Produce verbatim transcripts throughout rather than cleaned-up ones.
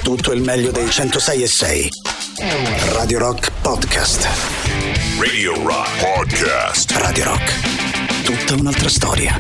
Tutto il meglio dei centosei e sei. Radio Rock Podcast. Radio Rock Podcast. Radio Rock. Tutta un'altra storia.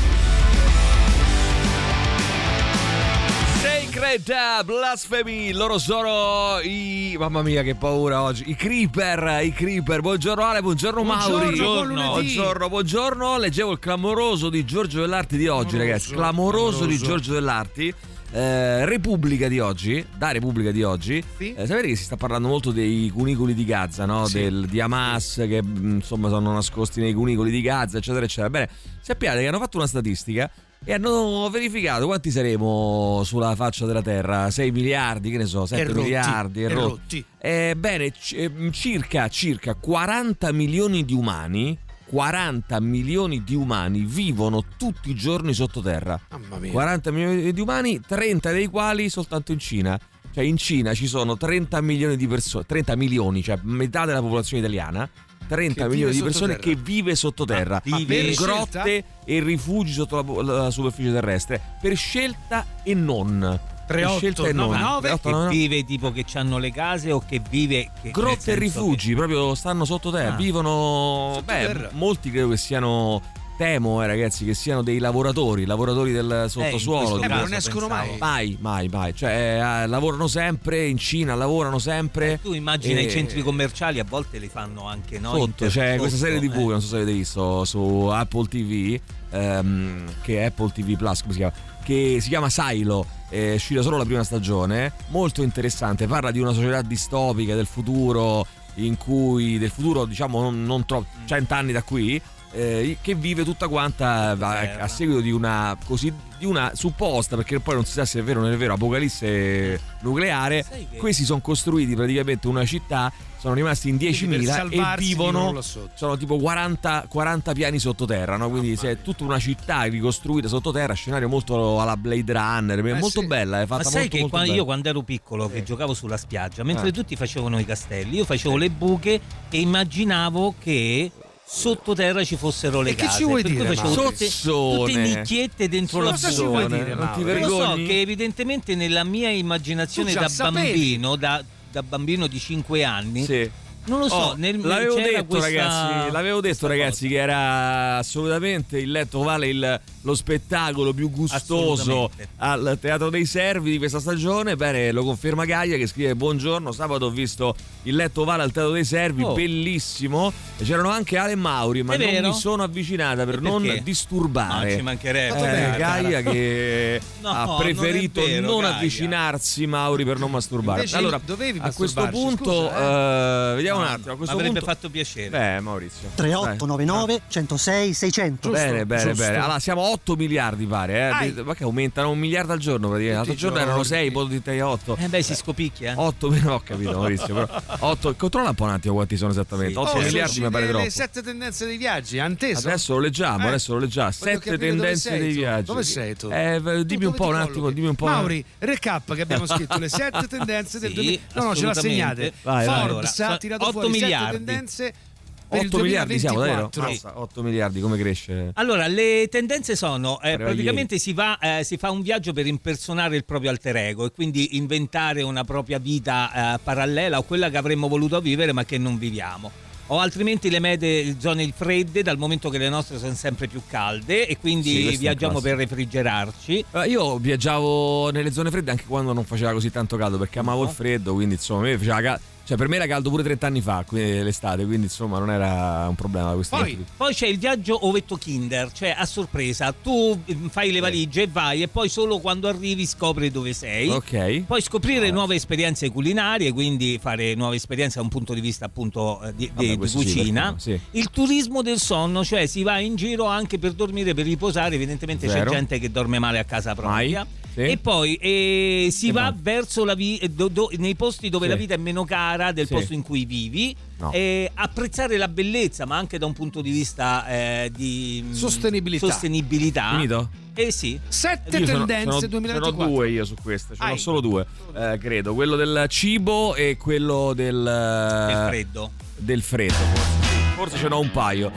Sacred Blasphemy, loro sono i... Mamma mia che paura oggi. I Creeper, i Creeper. Buongiorno Ale, buongiorno Mauri. Buongiorno, buongiorno, buongiorno. Leggevo il clamoroso di Giorgio Dell'Arti di oggi, clamoroso, ragazzi. Clamoroso, clamoroso di Giorgio Dell'Arti. Eh, Repubblica di oggi, da Repubblica di oggi, sì. eh, sapete che si sta parlando molto dei cunicoli di Gaza, no? Sì. Del, di Hamas che insomma sono nascosti nei cunicoli di Gaza, eccetera, eccetera. Bene, sappiate che hanno fatto una statistica e hanno verificato quanti saremo sulla faccia della terra. sei miliardi, che ne so, sette rotti, miliardi e rotti. Eh, bene, c- circa, circa quaranta milioni di umani. quaranta milioni di umani vivono tutti i giorni sottoterra. Mamma mia. quaranta milioni di umani, trenta dei quali soltanto in Cina. Cioè in Cina ci sono trenta milioni di persone, trenta milioni, cioè metà della popolazione italiana, trenta milioni di persone che vive sottoterra, ah, vive in grotte e rifugi sotto la, la superficie terrestre, per scelta e non. tre otto nove nove che vive tipo che hanno le case o che vive che, grotte e rifugi che... proprio stanno sottoterra, ah. vivono sottoterra. Beh, molti credo che siano temo eh, ragazzi che siano dei lavoratori lavoratori del sottosuolo, eh, eh, ma non escono mai mai mai mai cioè eh, lavorano sempre in Cina, lavorano sempre. Eh, tu immagina e... i centri commerciali a volte li fanno anche no? Sotto c'è cioè, questa serie tivù eh. che non so se avete visto su Apple ti vu, ehm, che è Apple ti vu Plus, come si chiama, che si chiama Silo, è uscita solo la prima stagione, molto interessante, parla di una società distopica del futuro, in cui del futuro diciamo non, non troppo cent'anni da qui, eh, che vive tutta quanta a, a seguito di una così di una supposta, perché poi non si sa se è vero o non è vero, apocalisse nucleare. Questi sono costruiti praticamente una città, sono rimasti in diecimila e vivono, sono tipo quaranta, quaranta piani sottoterra, no? Quindi c'è tutta una città ricostruita sottoterra, scenario molto alla Blade Runner, eh molto sì. bella, è fatta ma sai molto, che molto quando bella. Io quando ero piccolo che eh. giocavo sulla spiaggia, mentre eh. tutti facevano i castelli, io facevo eh. le buche e immaginavo che sottoterra ci fossero le e case. Che ci vuoi per dire? Cui facevo tutte, tutte nicchiette dentro la cosa ci vuoi dire? Non ti Lo vergogni? so che evidentemente nella mia immaginazione da bambino, da, da bambino di cinque anni, sì. non lo so, oh, nel, l'avevo c'era detto questa, ragazzi, l'avevo detto ragazzi che era assolutamente il letto vale il, lo spettacolo più gustoso al Teatro dei Servi di questa stagione. Bene, lo conferma Gaia che scrive: buongiorno, sabato ho visto il letto vale al Teatro dei Servi, oh. bellissimo, e c'erano anche Ale e Mauri, ma È non vero? mi sono avvicinata per non disturbare. No, ci mancherebbe eh, Gaia che no, ha preferito non, vero, non Gaia. avvicinarsi Mauri per non masturbare. Invece allora dovevi a questo punto scusa, eh. uh, vediamo no, un attimo a questo avrebbe punto... fatto piacere. Beh, Maurizio. tre otto nove nove centosei seicento. Bene, bene, giusto. bene. Allora siamo a otto miliardi pare, eh. Ma che aumentano un miliardo al giorno praticamente. L'altro giorno erano sei, poi di te otto. Eh beh, si scopicchia. otto, no, ho capito Maurizio, però otto, controlla un po' un attimo quanti sono esattamente. Sì. otto oh, miliardi mi pare troppo. Le sette tendenze dei viaggi, anteso? Adesso lo leggiamo, eh. adesso lo leggiamo. Sette tendenze dei tu? viaggi. Dove sei tu? Eh, dimmi tu un po' un attimo, dimmi un po'. Mauri, recap che abbiamo scritto le sette tendenze del sì, duemila. No, no, ce la segnate. Vai, vai. Forbes Allora, ha tirato otto fuori miliardi. sette tendenze per otto miliardi siamo, davvero? Sì. otto miliardi, come cresce? Allora, le tendenze sono eh, praticamente si va eh, si fa un viaggio per impersonare il proprio alter ego e quindi inventare una propria vita eh, parallela o quella che avremmo voluto vivere ma che non viviamo. O altrimenti le mete zone fredde, dal momento che le nostre sono sempre più calde e quindi sì, viaggiamo per refrigerarci. Uh, io viaggiavo nelle zone fredde anche quando non faceva così tanto caldo, perché amavo no. il freddo, quindi insomma mi faceva caldo. Cioè per me era caldo pure trenta anni fa, quindi l'estate, quindi insomma non era un problema questo. Poi, poi c'è il viaggio ovetto Kinder, cioè a sorpresa, tu fai le valigie e vai e poi solo quando arrivi scopri dove sei. Ok. Poi scoprire ah. nuove esperienze culinarie, quindi fare nuove esperienze da un punto di vista appunto di, Vabbè, di, di cucina. Sì, sì. Il turismo del sonno, cioè si va in giro anche per dormire, per riposare, evidentemente Zero. c'è gente che dorme male a casa propria. Sì. E poi eh, si e va vai. verso la vita do, do, nei posti dove sì. la vita è meno cara del sì. posto in cui vivi, no. eh, apprezzare la bellezza, ma anche da un punto di vista eh, di sostenibilità. sostenibilità. Finito? Eh sì. Sette Io sono, tendenze sono, duemilaventiquattro. sono due io su queste, ce ne ho Ai. solo due, eh, credo, quello del cibo e quello del Del freddo. Del freddo, forse. Forse ce n'ho un paio.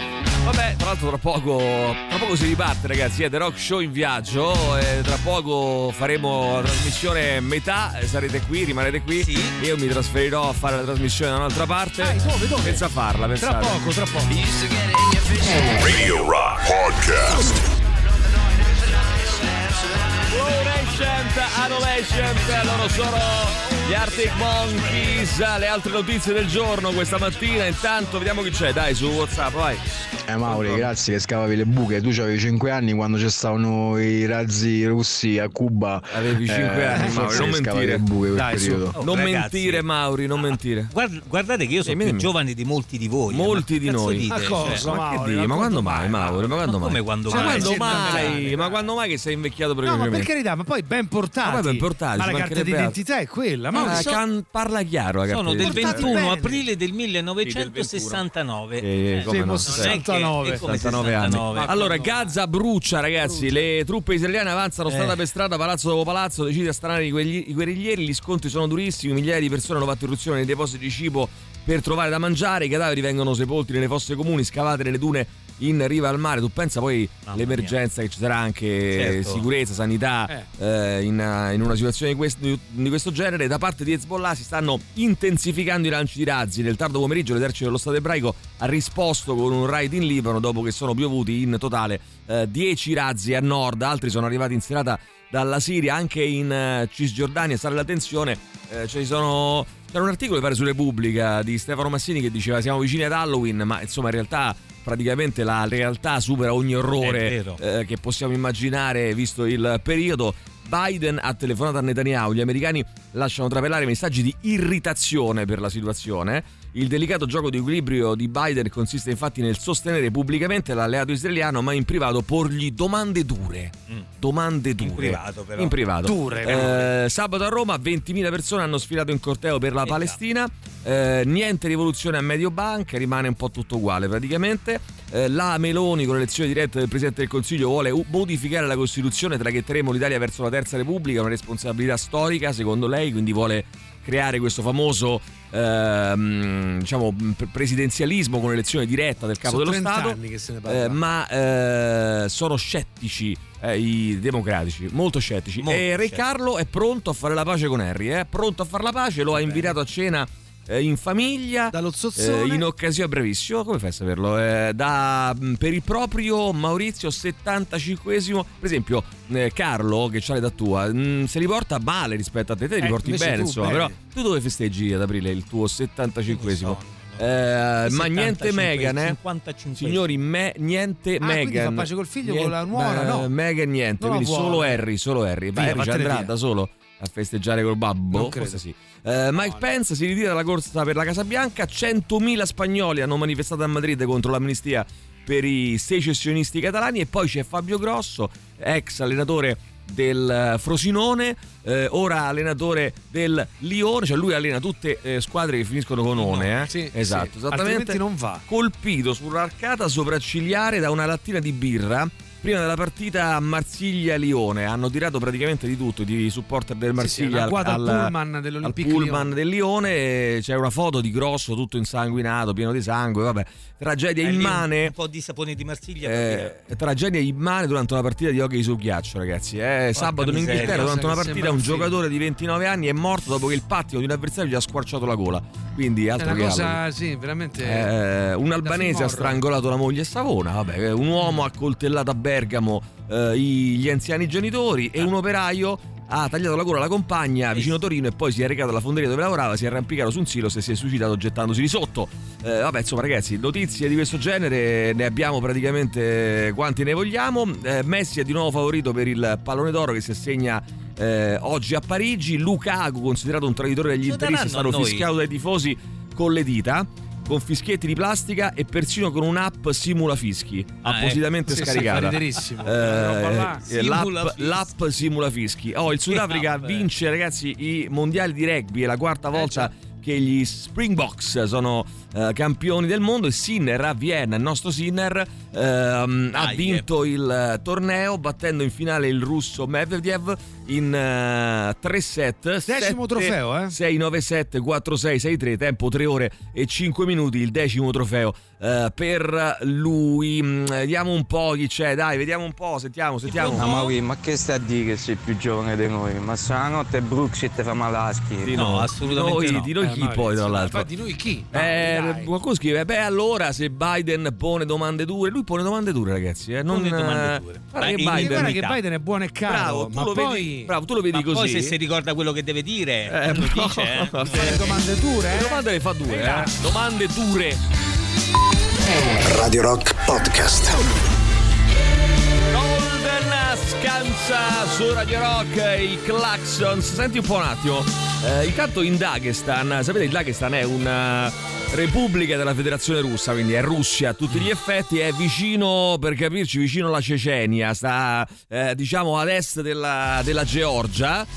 Vabbè, tra l'altro tra poco, tra poco si riparte, ragazzi, è The Rock Show in viaggio, e tra poco faremo la trasmissione metà, sarete qui, rimanete qui, sì. Io mi trasferirò a fare la trasmissione da un'altra parte. Ah, dove, dove? Senza farla, pensate. Tra poco, tra poco. Radio Rock Podcast. Adolescent, loro sono gli Arctic Monkeys. Le altre notizie del giorno questa mattina, intanto vediamo chi c'è, dai, su WhatsApp, vai. Eh Mauri, grazie che scavavi le buche. Tu avevi cinque anni quando ci stavano i razzi russi a Cuba. Avevi cinque eh, anni, Mauri, non mentire. Le buche quel Dai, periodo. Oh, non ragazzi. mentire, Mauri, non mentire. Guarda, guardate che io sono Sì, più mi- giovane di molti di voi. Molti ma di che cazzo noi. dite? Ma cosa, Cioè, Ma che Mauri, dici? Ma ma quando quando mai, mai? Mauri? Ma quando Ma mai? come quando Ma mai? quando Sì, mai? sì, Ma quando mai che sei invecchiato No, ma precocemente? per carità, ma poi ben portati. Ma poi ben portati, Ma ci la carta mancherebbe d'identità è quella. Ma Ma so- can- parla chiaro, la carta sono di del identità. Portati ventuno bene. aprile del millenovecentosessantanove. Eh, Eh, come no? Sì, non è che- sessantanove. è come sessantanove anni. sessantanove. Allora, Gaza brucia, ragazzi. Le truppe israeliane avanzano strada Eh. per strada, palazzo dopo palazzo, decide a stanare i guerri- i guerriglieri. Gli scontri sono durissimi. Migliaia di persone hanno fatto irruzione nei depositi di cibo per trovare da mangiare. I cadaveri vengono sepolti nelle fosse comuni, scavate nelle dune in riva al mare. Tu pensa poi Mamma l'emergenza che ci sarà anche, Certo. sicurezza, sanità, eh, in, in una situazione di questo, di questo genere. Da parte di Hezbollah si stanno intensificando i lanci di razzi. Nel tardo pomeriggio l'esercito dello Stato ebraico ha risposto con un raid in Libano dopo che sono piovuti in totale dieci razzi a nord. Altri sono arrivati in serata dalla Siria, anche in eh, Cisgiordania sale la tensione. Eh, ci sono c'era un articolo che pare su Repubblica di Stefano Massini che diceva siamo vicini ad Halloween, ma insomma in realtà praticamente la realtà supera ogni È orrore vero. eh, che possiamo immaginare visto il periodo. Biden ha telefonato a Netanyahu, gli americani lasciano trapelare messaggi di irritazione per la situazione. Il delicato gioco di equilibrio di Biden consiste infatti nel sostenere pubblicamente l'alleato israeliano, ma in privato porgli domande dure. Mm. Domande dure. In privato, però. In privato. Dure, Eh, sabato a Roma ventimila persone hanno sfilato in corteo per la Eh, Palestina. Eh, niente rivoluzione a Mediobanca, rimane un po' tutto uguale praticamente. Eh, la Meloni con l'elezione diretta del Presidente del Consiglio vuole u- modificare la Costituzione, traghetteremo l'Italia verso la Terza Repubblica, una responsabilità storica secondo lei, quindi vuole creare questo famoso ehm, diciamo pre- presidenzialismo con l'elezione diretta del capo Sono dello trenta Stato. anni che se ne parla. Eh, ma eh, sono scettici eh, i democratici, molto scettici. Molto e Re scettici. Carlo è pronto a fare la pace con Harry, è eh? pronto a fare la pace, lo ha invitato a cena eh, in famiglia Dallo eh, zozzone. in occasione, brevissimo, come fai a saperlo? Eh, da, mh, per il proprio Maurizio settantacinquesimo, per esempio eh, Carlo che c'ha l'età tua mh, se li porta male rispetto a te, te li Eh, porti invece bene tu insomma, bene. però tu dove festeggi ad aprile il tuo settantacinquesimo? Non so, Eh, ma niente settantacinque, Meghan, eh? cinquantacinque. Signori, me, niente Ah, quindi Meghan. fa pace col figlio, Niente- con la nuora, beh, no? Meghan niente, Non la quindi vuole. solo Harry, solo Harry. Ma Via, Harry ci vattene andrà via. da solo a festeggiare col babbo? Non credo. Forse sì. Eh, Mike Pence si ritira dalla corsa per la Casa Bianca. centomila spagnoli hanno manifestato a Madrid contro l'amnistia per i secessionisti catalani. E poi c'è Fabio Grosso, ex allenatore del Frosinone, eh, ora allenatore del Lione, cioè lui allena tutte eh, squadre che finiscono con One, eh? Sì, esatto, sì. esattamente. Altrimenti non va. Colpito sull'arcata sopraccigliare da una lattina di birra prima della partita Marsiglia-Lione. Hanno tirato praticamente di tutto, di supporter del Sì, sì, Marsiglia un agguato al al, pullman al dell'Olympique pullman Lyon. del Lione. C'è una foto di Grosso tutto insanguinato, pieno di sangue, vabbè, tragedia Eh, lì immane. Un po' di sapone di Marsiglia. Eh, tragedia immane durante una partita di hockey su ghiaccio, ragazzi. Eh, sabato in miseria, Inghilterra, durante cosa una che partita, sembra un un film. giocatore di ventinove anni è morto dopo che il pattino di un avversario gli ha squarciato la gola. Quindi È altro una che cosa, Halloween. sì, veramente. Eh, un albanese film ha horror. strangolato la moglie a Savona, vabbè, un uomo ha coltellato a Bergamo eh, gli anziani genitori e un operaio ha tagliato la gola alla compagna vicino Torino e poi si è recato alla fonderia dove lavorava, si è arrampicato su un silos e si è suicidato gettandosi di sotto. Eh, vabbè, insomma, ragazzi, notizie di questo genere ne abbiamo praticamente quanti ne vogliamo. Eh, Messi è di nuovo favorito per il pallone d'oro che si assegna eh, oggi a Parigi. Lukaku, considerato un traditore degli Lo interisti, è daranno stato a noi? fischiato dai tifosi con le dita, con fischietti di plastica e persino con un'app simula fischi Ah, appositamente Sì, sì, scaricata. fa riderissimo. Eh, Quella roba là. eh, Simula l'app, fischi. l'app simula fischi. Oh, il Sudafrica Che app, eh. vince, ragazzi, i mondiali di rugby, è la quarta volta certo. che gli Springboks sono uh, campioni del mondo e Sinner a Vienna, il nostro Sinner, uh, ha vinto il torneo battendo in finale il russo Medvedev in uh, tre set. Decimo sette, trofeo, eh? sei nove sette quattro sei sei tre, tempo tre ore e cinque minuti, il decimo trofeo uh, per lui. Mm, vediamo un po' chi c'è, dai, vediamo un po', sentiamo, sentiamo. No, ma, qui, ma che sta a dire che sei più giovane di noi? Ma stanotte Brooks te fa malaschi. Di no, noi, assolutamente di noi, no. di noi Eh, chi Maurizio, poi tra l'altro? Ma di noi chi? Eh, Dai. qualcuno scrive, beh allora se Biden pone domande dure, lui pone domande dure ragazzi, eh, non Pone domande dure. Guarda Beh, che in Biden, Guarda che verità. Biden è buono e caro, bravo, tu ma lo poi vedi, bravo, tu lo vedi Ma così. poi se si ricorda quello che deve dire, Eh, lo no, dice, eh. vabbè. fa le domande dure, Le eh? domande le fa due, eh? Domande dure. Radio Rock Podcast. Golden scansa su Radio Rock i Klaxons. Senti un po' un attimo. Eh, intanto in Dagestan, sapete il Dagestan è una repubblica della Federazione Russa, quindi è Russia a tutti gli effetti, è vicino, per capirci, vicino alla Cecenia, sta eh, diciamo ad est della, della Georgia.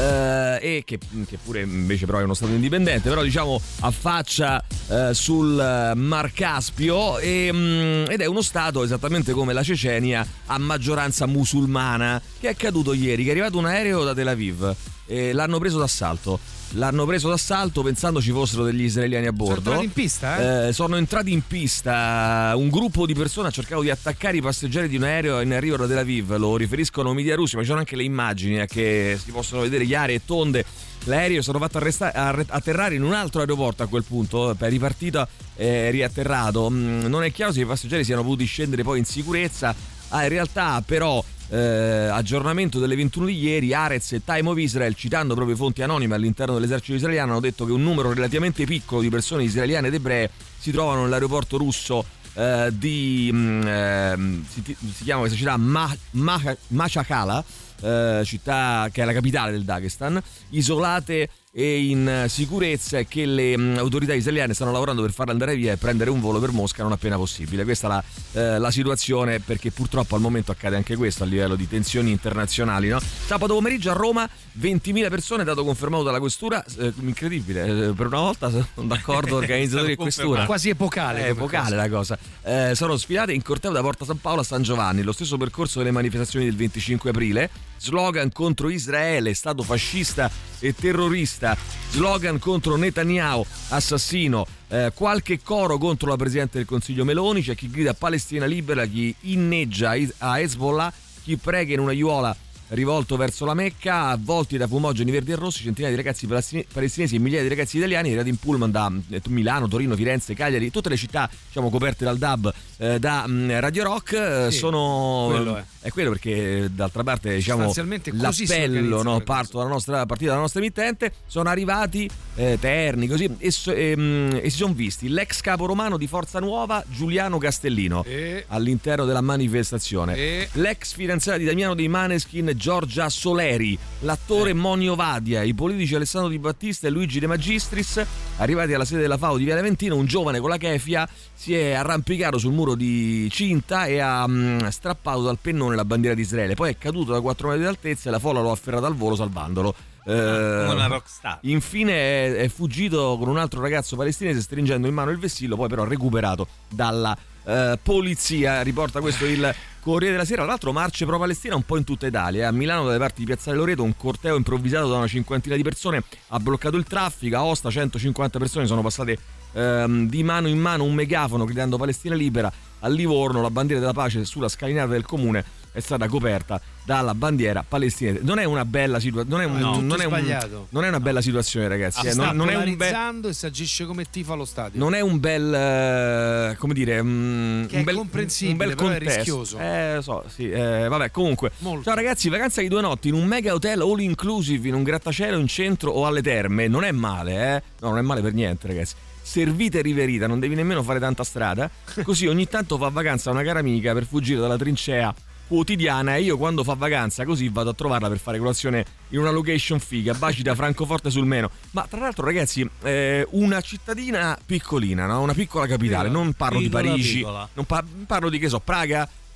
Uh, e che, che pure invece però è uno stato indipendente, però diciamo affaccia uh, sul Mar Caspio e, um, ed è uno stato esattamente come la Cecenia a maggioranza musulmana, che è accaduto ieri, che è arrivato un aereo da Tel Aviv e l'hanno preso d'assalto. L'hanno preso d'assalto pensando ci fossero degli israeliani a bordo. Sono entrati in pista, eh? Eh, sono entrati in pista. Un gruppo di persone ha cercato di attaccare i passeggeri di un aereo in arrivo da Tel Aviv. Lo riferiscono media russi, ma ci sono anche le immagini eh, che si possono vedere chiare e tonde. L'aereo è stato fatto arresta- atterrare in un altro aeroporto a quel punto, è ripartito e riatterrato. Non è chiaro se i passeggeri siano potuti scendere poi in sicurezza. Ah, in realtà però eh, aggiornamento delle ventuno di ieri, Haaretz e Time of Israel, citando proprio fonti anonime all'interno dell'esercito israeliano, hanno detto che un numero relativamente piccolo di persone israeliane ed ebree si trovano nell'aeroporto russo eh, di mh, eh, si, si chiama questa città Ma, Ma, Machakala, eh, città che è la capitale del Dagestan, isolate e in sicurezza, e che le mh, autorità israeliane stanno lavorando per farla andare via e prendere un volo per Mosca non appena possibile. Questa è la, eh, la situazione, perché purtroppo al momento accade anche questo a livello di tensioni internazionali, no? Sabato pomeriggio a Roma ventimila persone, dato confermato dalla questura, eh, incredibile, eh, per una volta sono d'accordo organizzatori e questura, quasi epocale, è epocale la cosa. Eh, sono sfilate in corteo da Porta San Paolo a San Giovanni, lo stesso percorso delle manifestazioni del venticinque aprile, slogan contro Israele, stato fascista e terrorista, slogan contro Netanyahu, assassino, eh, qualche coro contro la Presidente del Consiglio Meloni, c'è chi grida Palestina libera, chi inneggia a Hezbollah, chi prega in una aiuola rivolto verso la Mecca, avvolti da fumogeni verdi e rossi centinaia di ragazzi palestinesi e migliaia di ragazzi italiani arrivati in pullman da Milano, Torino, Firenze, Cagliari, tutte le città diciamo coperte dal D A B eh, da mh, Radio Rock. eh, Sì, sono quello è. è quello, perché d'altra parte diciamo Sostanzialmente così si l'appello, no, organizzano le parto dalla nostra partita dalla nostra emittente, sono arrivati eh, Terni così e, so- e, mh, e si sono visti l'ex capo romano di Forza Nuova Giuliano Castellino E- all'interno della manifestazione, E- l'ex fidanzata di Damiano dei Maneskin Giorgia Soleri, l'attore Monio Vadia, i politici Alessandro Di Battista e Luigi De Magistris. Arrivati alla sede della FAO di Viale Aventino, un giovane con la kefia si è arrampicato sul muro di cinta e ha mh, strappato dal pennone la bandiera di Israele, poi è caduto da quattro metri di altezza e la folla lo ha afferrato al volo salvandolo. Eh, come una rockstar. Infine è, è fuggito con un altro ragazzo palestinese stringendo in mano il vessillo, poi però recuperato dalla eh, polizia. Riporta questo il Corriere della Sera. Tra l'altro marce pro Palestina un po' in tutta Italia. A Milano, dalle parti di Piazzale Loreto, un corteo improvvisato da una cinquantina di persone ha bloccato il traffico. A Aosta centocinquanta persone sono passate ehm, di mano in mano un megafono gridando Palestina libera. A Livorno la bandiera della pace sulla scalinata del comune è stata coperta dalla bandiera palestinese. Non è una bella situazione, non è, un, No, non, è un, sbagliato. non è una bella situazione, ragazzi. Si eh. sta non, non è un bel, polarizzando e si agisce come tifa allo stadio. non è un bel eh, come dire un, Che un è bel, comprensibile, un bel però è contesto. rischioso. Eh, so, sì, eh, vabbè, comunque. Molto. Ciao ragazzi, vacanza di due notti in un mega hotel all inclusive in un grattacielo in centro o alle terme. Non è male, eh? No, non è male per niente, ragazzi. Servita e riverita, non devi nemmeno fare tanta strada. Così ogni tanto fa vacanza una cara amica per fuggire dalla trincea quotidiana, e io quando fa vacanza così vado a trovarla per fare colazione in una location figa, baci da Francoforte sul Meno. Ma tra l'altro ragazzi, eh, una cittadina piccolina, no? Una piccola capitale, Piccola, non parlo piccola, di Parigi, piccola. non pa- parlo di che so, Praga,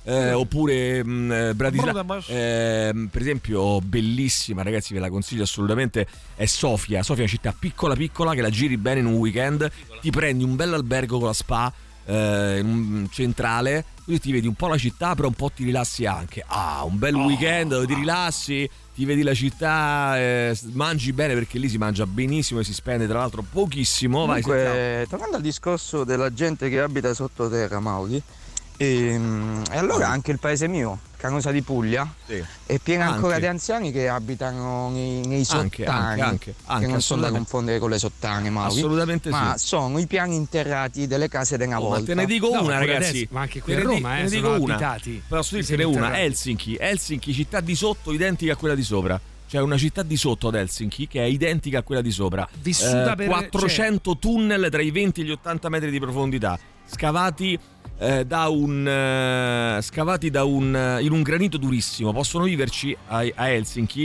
eh, oppure mh, Bratislava. Eh, per esempio, bellissima, ragazzi, ve la consiglio assolutamente, è Sofia. Sofia è una città piccola piccola che la giri bene in un weekend, ti prendi un bel albergo con la spa eh, in centrale, così ti vedi un po' la città, però un po' ti rilassi anche. Ah, un bel weekend dove ti rilassi, ti vedi la città, eh, mangi bene, perché lì si mangia benissimo e si spende tra l'altro pochissimo. Comunque, vai, tornando al discorso della gente che abita sottoterra, Mauri, e, e allora anche il paese mio, Canosa di Puglia, sì, è pieno anche. ancora di anziani che abitano nei, nei sottani, anche, anche, anche, anche, che non sono da confondere con le sottane, Mauri, assolutamente ma sì, sono i piani interrati delle case di una oh, volta. Ma te ne dico no, una, ragazzi, adesso, ma anche qui a te ne Roma te eh, ne dico sono una, abitati. posso dirtene una, Helsinki, Helsinki, città di sotto identica a quella di sopra. C'è una città di sotto ad Helsinki che è identica a quella di sopra, vissuta eh, per quattrocento cioè... tunnel tra i venti e gli ottanta metri di profondità, scavati eh, da un uh, scavati da un uh, in un granito durissimo. Possono viverci a, a Helsinki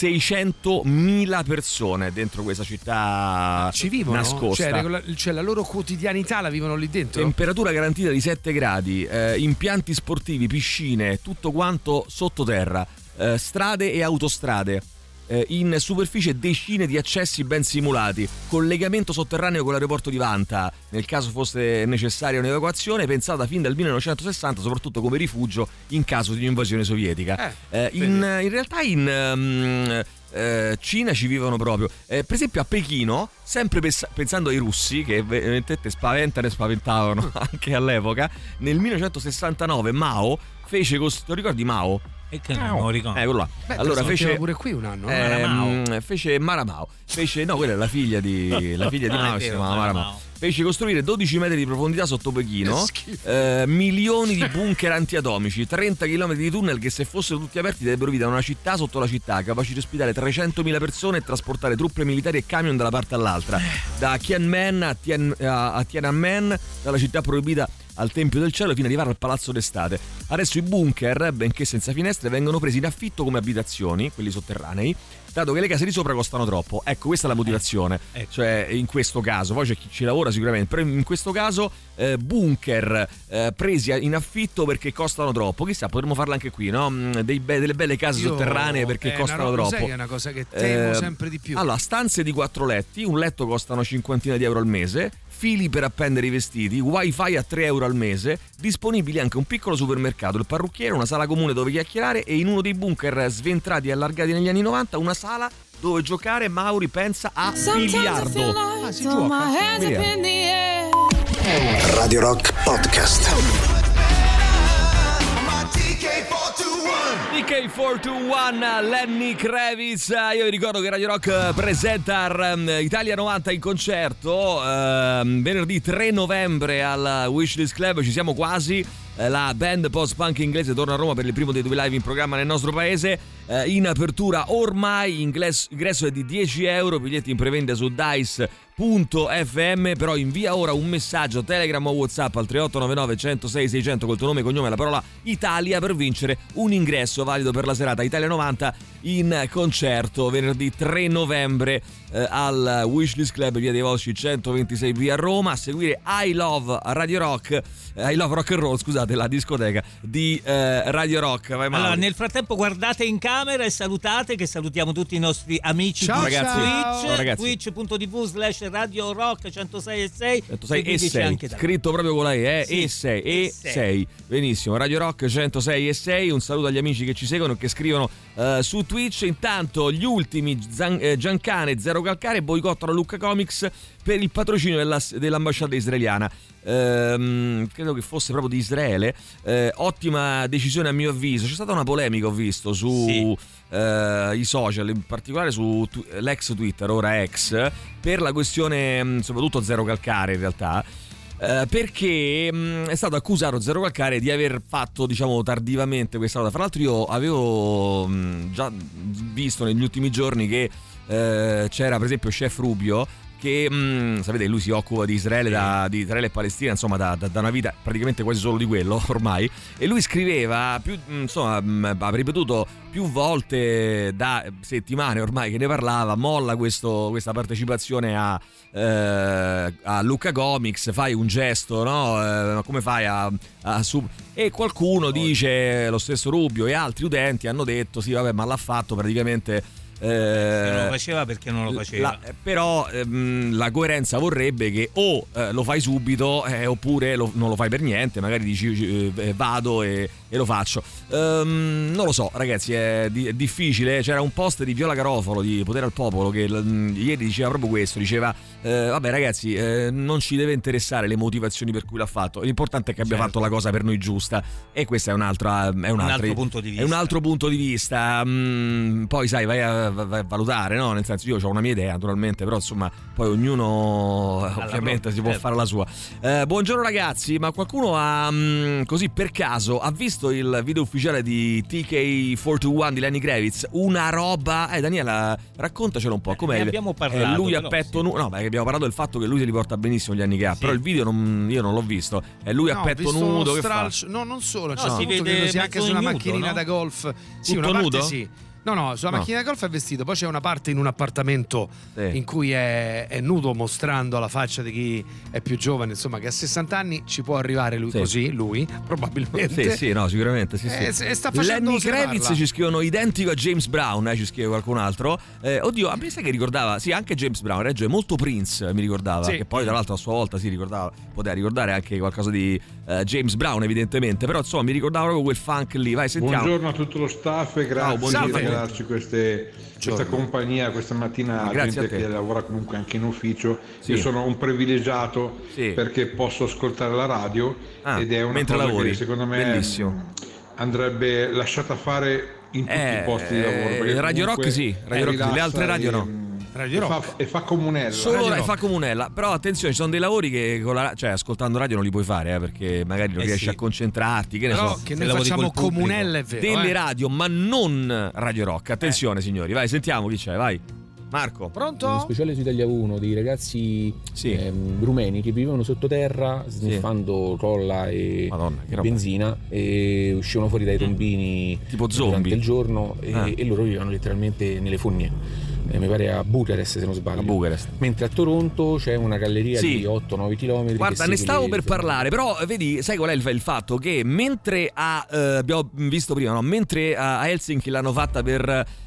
seicentomila persone dentro questa città ci vivono, nascosta. Cioè, la, cioè la loro quotidianità la vivono lì dentro. Temperatura garantita di sette gradi, eh, impianti sportivi, piscine, tutto quanto sottoterra, eh, strade e autostrade. Eh, in superficie decine di accessi ben simulati, collegamento sotterraneo con l'aeroporto di Vantaa nel caso fosse necessaria un'evacuazione, pensata fin dal millenovecentosessanta soprattutto come rifugio in caso di invasione sovietica. Eh, eh, in, in realtà in um, eh, Cina ci vivono proprio, eh, per esempio a Pechino, sempre pes- pensando ai russi che veramente spaventano e spaventavano anche all'epoca, nel millenovecentosessantanove Mao fece cos- lo ricordi Mao? E che non lo ricordo. Eh, là. Beh, allora fece pure qui un anno. eh, Maramao. Fece Maramao. Fece no, quella è la figlia di la figlia di Mao, si chiama Maramao. Fece costruire dodici metri di profondità sotto Pechino, eh, milioni di bunker antiatomici, trenta chilometri di tunnel che se fossero tutti aperti darebbero vita a una città sotto la città, capaci di ospitare trecentomila persone e trasportare truppe militari e camion da una parte all'altra, da Tiananmen a, Tien, a, a Tiananmen, dalla città proibita al Tempio del Cielo, fino ad arrivare al Palazzo d'Estate. Adesso i bunker, benché senza finestre, vengono presi in affitto come abitazioni, quelli sotterranei, dato che le case di sopra costano troppo. Ecco, questa è la motivazione, eh, ecco. Cioè in questo caso, poi c'è chi ci lavora sicuramente, però in questo caso eh, bunker eh, presi in affitto perché costano troppo. Chissà, potremmo farla anche qui, no? Dei be- delle belle case Io, sotterranee perché costano una, troppo. Sai che è una cosa che temo eh, sempre di più. Allora, stanze di quattro letti, un letto costa una cinquantina di euro al mese, fili per appendere i vestiti, wifi a tre euro al mese, disponibili anche un piccolo supermercato, il parrucchiere, una sala comune dove chiacchierare e in uno dei bunker sventrati e allargati negli anni novanta una sala dove giocare. Mauri pensa a biliardo. Ah, si gioca. Radio Rock Podcast. D K quattrocentoventuno, Lenny Kravitz. Io vi ricordo che Radio Rock presenta Italia novanta in concerto eh, venerdì tre novembre al Wishlist Club. Ci siamo quasi. La band post-punk inglese torna a Roma per il primo dei due live in programma nel nostro paese. Eh, in apertura ormai, ingresso, ingresso è di dieci euro, biglietti in prevendita su dice punto effe emme. Però invia ora un messaggio Telegram o WhatsApp al tre otto nove nove, uno zero sei, sei zero zero col tuo nome e cognome e la parola Italia per vincere un ingresso valido per la serata Italia novanta in concerto venerdì tre novembre eh, al Wishlist Club, via dei Volsci centoventisei B a Roma. A seguire I Love Radio Rock, eh, I Love Rock and Roll, scusate, la discoteca di eh, Radio Rock. Vai, allora, nel frattempo guardate in camera e salutate, che salutiamo tutti i nostri amici ciao, di ragazzi. Twitch, ciao, ragazzi. twitch punto tv slash Radio Rock centosei e sei, centosei e sei, scritto proprio con la E, eh? Sì, e sei, e sei. Benissimo, Radio Rock centosei e sei. Un saluto agli amici che ci seguono e che scrivono uh, su Twitch. Intanto gli ultimi Zan- eh, Giancane Zero Calcare boicottano Lucca Comics per il patrocinio della, dell'ambasciata israeliana. Ehm, credo che fosse proprio di Israele. Eh, ottima decisione a mio avviso. C'è stata una polemica, ho visto, su sì. eh, i social, in particolare su tu- l'ex Twitter, ora ex, per la questione soprattutto Zero Calcare in realtà. Uh, perché mh, è stato accusato Zero Calcare di aver fatto, diciamo, tardivamente questa cosa. Fra l'altro io avevo mh, già visto negli ultimi giorni che eh, c'era per esempio Chef Rubio, che mh, sapete, lui si occupa di Israele, da, di Israele e Palestina, insomma, da, da, da una vita praticamente quasi solo di quello ormai, e lui scriveva più, insomma, mh, ha ripetuto più volte da settimane ormai che ne parlava, molla questo, questa partecipazione a, eh, a Lucca Comics, fai un gesto, no? Eh, come fai a, a sub... E qualcuno dice, lo stesso Rubio e altri utenti hanno detto sì vabbè, ma l'ha fatto praticamente. Eh, non lo faceva perché non lo faceva. La, però ehm, la coerenza vorrebbe che o eh, lo fai subito eh, oppure lo, non lo fai per niente, magari dici eh, vado e, e lo faccio. Um, non lo so ragazzi, è, di, è difficile. C'era un post di Viola Garofalo di Potere al Popolo che l, ieri diceva proprio questo, diceva eh, vabbè ragazzi, eh, non ci deve interessare le motivazioni per cui l'ha fatto, l'importante è che abbia certo. fatto la cosa per noi giusta, e questo è un altro, è un un altro, altro punto di vista. È un altro punto di vista. Mm, poi sai, vai a vai a valutare, no? Nel senso, io ho una mia idea naturalmente, però insomma poi ognuno alla ovviamente propria, si può certo. fare la sua. Eh, buongiorno ragazzi, ma qualcuno ha mh, così per caso ha visto il video ufficiale di T K quarantuno di Lenny Kravitz? Una roba, eh Daniela, raccontacelo un po', com'è? Ne abbiamo parlato, eh, lui però, a petto sì. nudo, no, perché abbiamo parlato del fatto che lui se li porta benissimo gli anni che ha, sì. però il video non, io non l'ho visto. È lui no, a petto nudo, che stralcio, fa? No, non solo, no, cioè, si vede sia anche su una nudo, macchinina no? da golf. Sì, Tutto una parte nudo? sì. No, no, sulla No. macchina da golf è vestito, poi c'è una parte in un appartamento Sì. in cui è, è nudo, mostrando la faccia di chi è più giovane, insomma, che a sessanta anni ci può arrivare lui Sì. così, lui, probabilmente. Sì, sì, no, sicuramente, sì, sì. Eh, e sta facendo Lenny osservarla. Kravitz ci scrivono identico a James Brown, eh, ci scrive qualcun altro. Eh, oddio, a me sai che ricordava, sì, anche James Brown, regge molto Prince, mi ricordava, Sì. che poi tra l'altro a sua volta si ricordava, poteva ricordare anche qualcosa di eh, James Brown evidentemente, però insomma mi ricordava proprio quel funk lì. Vai, sentiamo. Buongiorno a tutto lo staff e grazie buongiorno. per regalarci queste, questa compagnia questa mattina, Grazie gente a te. che lavora comunque anche in ufficio. Sì. Io sono un privilegiato Sì. perché posso ascoltare la radio Ah, ed è una mentre cosa lavori. che secondo me Bellissimo. andrebbe lasciata fare in tutti Eh, i posti di lavoro, perché Radio comunque Rock sì, Radio Rock sì, le rilassa altre radio e, no. Radio e Rock. fa, e fa comunella. Solo Radio e Rock. fa comunella, però attenzione, ci sono dei lavori che con la, cioè ascoltando radio non li puoi fare, eh, perché magari non Eh riesci sì. a concentrarti, che ne Però so. che Se noi lavori facciamo col pubblico. comunella è vero. Delle eh. radio, ma non Radio Rock. Attenzione signori, vai, sentiamo chi c'è, vai. Marco. Uno Pronto? speciale su Italia uno dei ragazzi Sì. ehm, rumeni che vivevano sottoterra sniffando colla e Madonna, che roba. benzina e uscivano fuori dai tombini Tipo durante zombie. il giorno e, Ah. e loro vivevano letteralmente nelle fogne. Eh, mi pare a Bucarest se non sbaglio. A Bucarest. Mentre a Toronto c'è una galleria Sì. di otto nove chilometri. Guarda, che ne segue stavo le- per parlare, però vedi, sai qual è il, il fatto? Che mentre a, eh, abbiamo visto prima, no? Mentre a Helsinki l'hanno fatta per,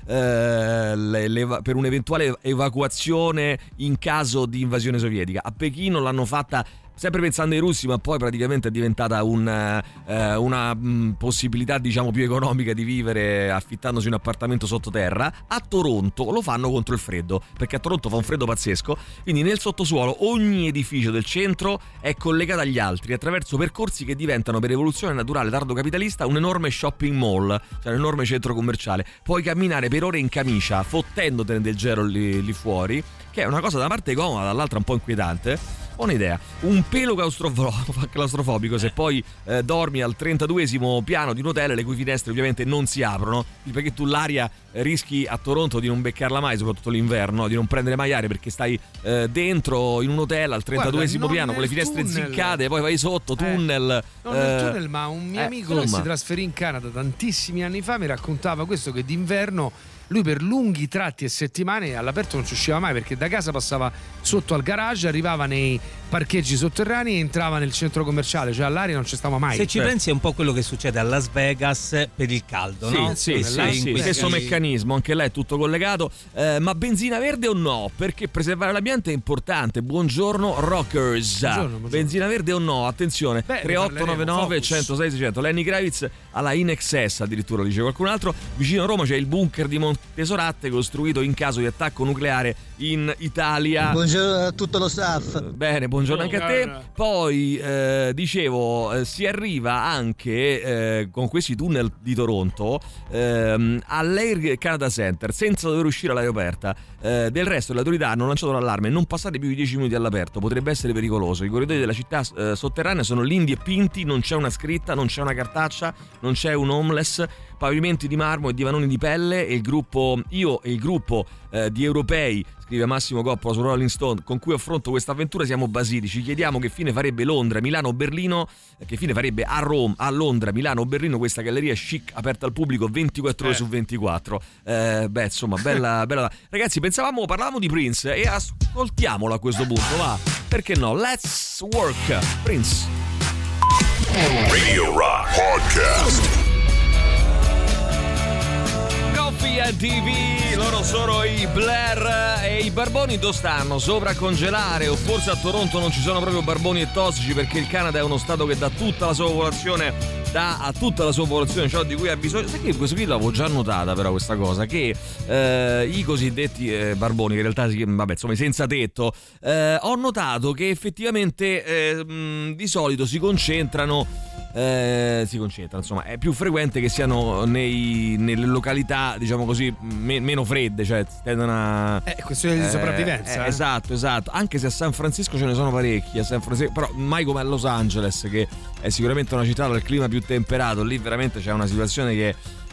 eh, le- le- per un'eventuale evacuazione in caso di invasione sovietica, a Pechino l'hanno fatta sempre pensando ai russi, ma poi praticamente è diventata un, eh, una mh, possibilità diciamo più economica di vivere affittandosi un appartamento sottoterra. A Toronto lo fanno contro il freddo, perché a Toronto fa un freddo pazzesco, quindi nel sottosuolo ogni edificio del centro è collegato agli altri attraverso percorsi che diventano per evoluzione naturale tardo-capitalista un enorme shopping mall, cioè un enorme centro commerciale. Puoi camminare per ore in camicia fottendotene del gelo lì, lì fuori, che è una cosa da una parte comoda, dall'altra un po' inquietante. Ho un'idea, un pelo claustrofo- claustrofobico se poi eh, dormi al trentaduesimo piano di un hotel le cui finestre ovviamente non si aprono, perché tu l'aria eh, rischi a Toronto di non beccarla mai, soprattutto l'inverno, di non prendere mai aria perché stai eh, dentro in un hotel al trentaduesimo Guarda, piano con le nel finestre tunnel. ziccate, poi vai sotto, Eh, tunnel. Non nel eh, tunnel, ma un mio eh, amico che insomma. si trasferì in Canada tantissimi anni fa mi raccontava questo, che d'inverno lui per lunghi tratti e settimane all'aperto non ci usciva mai, perché da casa passava sotto al garage, arrivava nei parcheggi sotterranei e entrava nel centro commerciale, cioè all'aria non ci stava mai. Se ci Certo. pensi è un po' quello che succede a Las Vegas per il caldo, Sì, no? sì, Che sì, sei sì, in questi- stesso meccanismo, anche là è tutto collegato. Eh, ma benzina verde o no? Perché preservare l'ambiente è importante. Buongiorno Rockers. Buongiorno, buongiorno. Benzina verde o no? Attenzione, Beh, ne tre otto nove nove parleremo, uno zero sei sei zero zero. Lenny Kravitz alla In Excess, addirittura lo dice qualcun altro. Vicino a Roma c'è il bunker di Montesoratte costruito in caso di attacco nucleare in Italia. Buongiorno a tutto lo staff. Bene, buongiorno anche a te. Poi eh, dicevo, eh, si arriva anche eh, con questi tunnel di Toronto ehm, all'Air Canada Center senza dover uscire all'aria aperta. Eh, del resto le autorità hanno lanciato l'allarme: non passate più di dieci minuti all'aperto, potrebbe essere pericoloso. I corridoi della città eh, sotterranea sono lindi e pinti, non c'è una scritta, non c'è una cartaccia, non c'è un homeless. Pavimenti di marmo e divanoni di pelle, e il gruppo gruppo, io e il gruppo eh, di europei, scrive Massimo Coppola su Rolling Stone, con cui affronto questa avventura siamo basiti. Ci chiediamo che fine farebbe Londra, Milano, Berlino, che fine farebbe a Roma, a Londra, Milano, Berlino questa galleria chic aperta al pubblico ventiquattro ore su ventiquattro. Eh, beh, insomma, bella, bella. Ragazzi, pensavamo, parlavamo di Prince e ascoltiamolo a questo punto, va? Perché no? Let's work, Prince. Radio Rock Podcast. Coffee and T V, loro sono i Blair e i barboni dove stanno? Sopra a congelare, o forse a Toronto non ci sono proprio barboni e tossici perché il Canada è uno stato che dà tutta la sua popolazione, dà a tutta la sua popolazione ciò di cui ha bisogno. Sai che questo qui l'avevo già notata però questa cosa, che eh, i cosiddetti eh, barboni, che in realtà si, vabbè, insomma i senza tetto, eh, ho notato che effettivamente eh, mh, di solito si concentrano Eh, si concentra, insomma è più frequente che siano nei, nelle località diciamo così me, meno fredde, cioè tendono a è questione di eh, sopravvivenza eh, eh. esatto esatto anche se a San Francisco ce ne sono parecchi a San Francisco, però mai come a Los Angeles, che è sicuramente una città dal clima più temperato. Lì veramente c'è una situazione che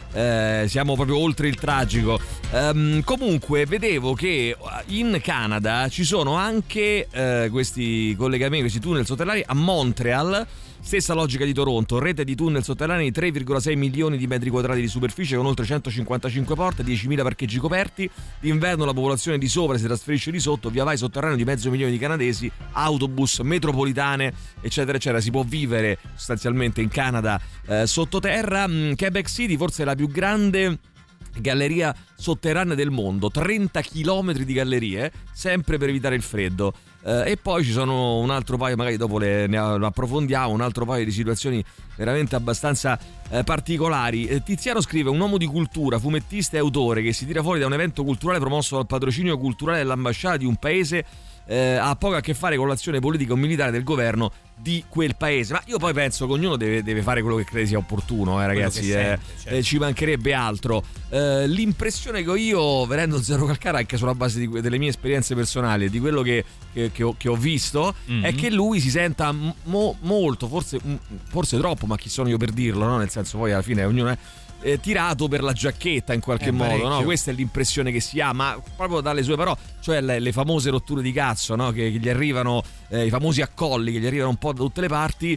Eh, siamo proprio oltre il tragico. Um, comunque vedevo che in Canada ci sono anche eh, questi collegamenti, questi tunnel sotterranei a Montreal. Stessa logica di Toronto, rete di tunnel sotterranei di tre virgola sei milioni di metri quadrati di superficie con oltre centocinquantacinque porte, diecimila parcheggi coperti. D'inverno la popolazione di sopra si trasferisce di sotto, via vai sotterraneo di mezzo milione di canadesi, autobus, metropolitane, eccetera eccetera. Si può vivere sostanzialmente in Canada eh, sottoterra. Quebec City forse è la più grande galleria sotterranea del mondo, trenta chilometri di gallerie, sempre per evitare il freddo. Uh, e poi ci sono un altro paio, magari dopo le, ne approfondiamo, un altro paio di situazioni veramente abbastanza eh, particolari. eh, Tiziano scrive: un uomo di cultura, fumettista e autore che si tira fuori da un evento culturale promosso dal patrocinio culturale dell'ambasciata di un paese eh, ha poco a che fare con l'azione politica o militare del governo di quel paese. Ma io poi penso che ognuno deve, deve fare quello che crede sia opportuno, eh, ragazzi. Sente, eh, certo. eh, ci mancherebbe altro. Eh, l'impressione che ho io, venendo Zero Calcara, anche sulla base di, delle mie esperienze personali e di quello che, che, che, ho, che ho visto, mm-hmm. è che lui si senta mo, molto, forse, forse troppo, ma chi sono io per dirlo, no? Nel senso, poi alla fine ognuno è Eh, tirato per la giacchetta in qualche eh, modo, no? Questa è l'impressione che si ha, ma proprio dalle sue parole, cioè le, le famose rotture di cazzo, no? Che, che gli arrivano, eh, i famosi accolli che gli arrivano un po' da tutte le parti.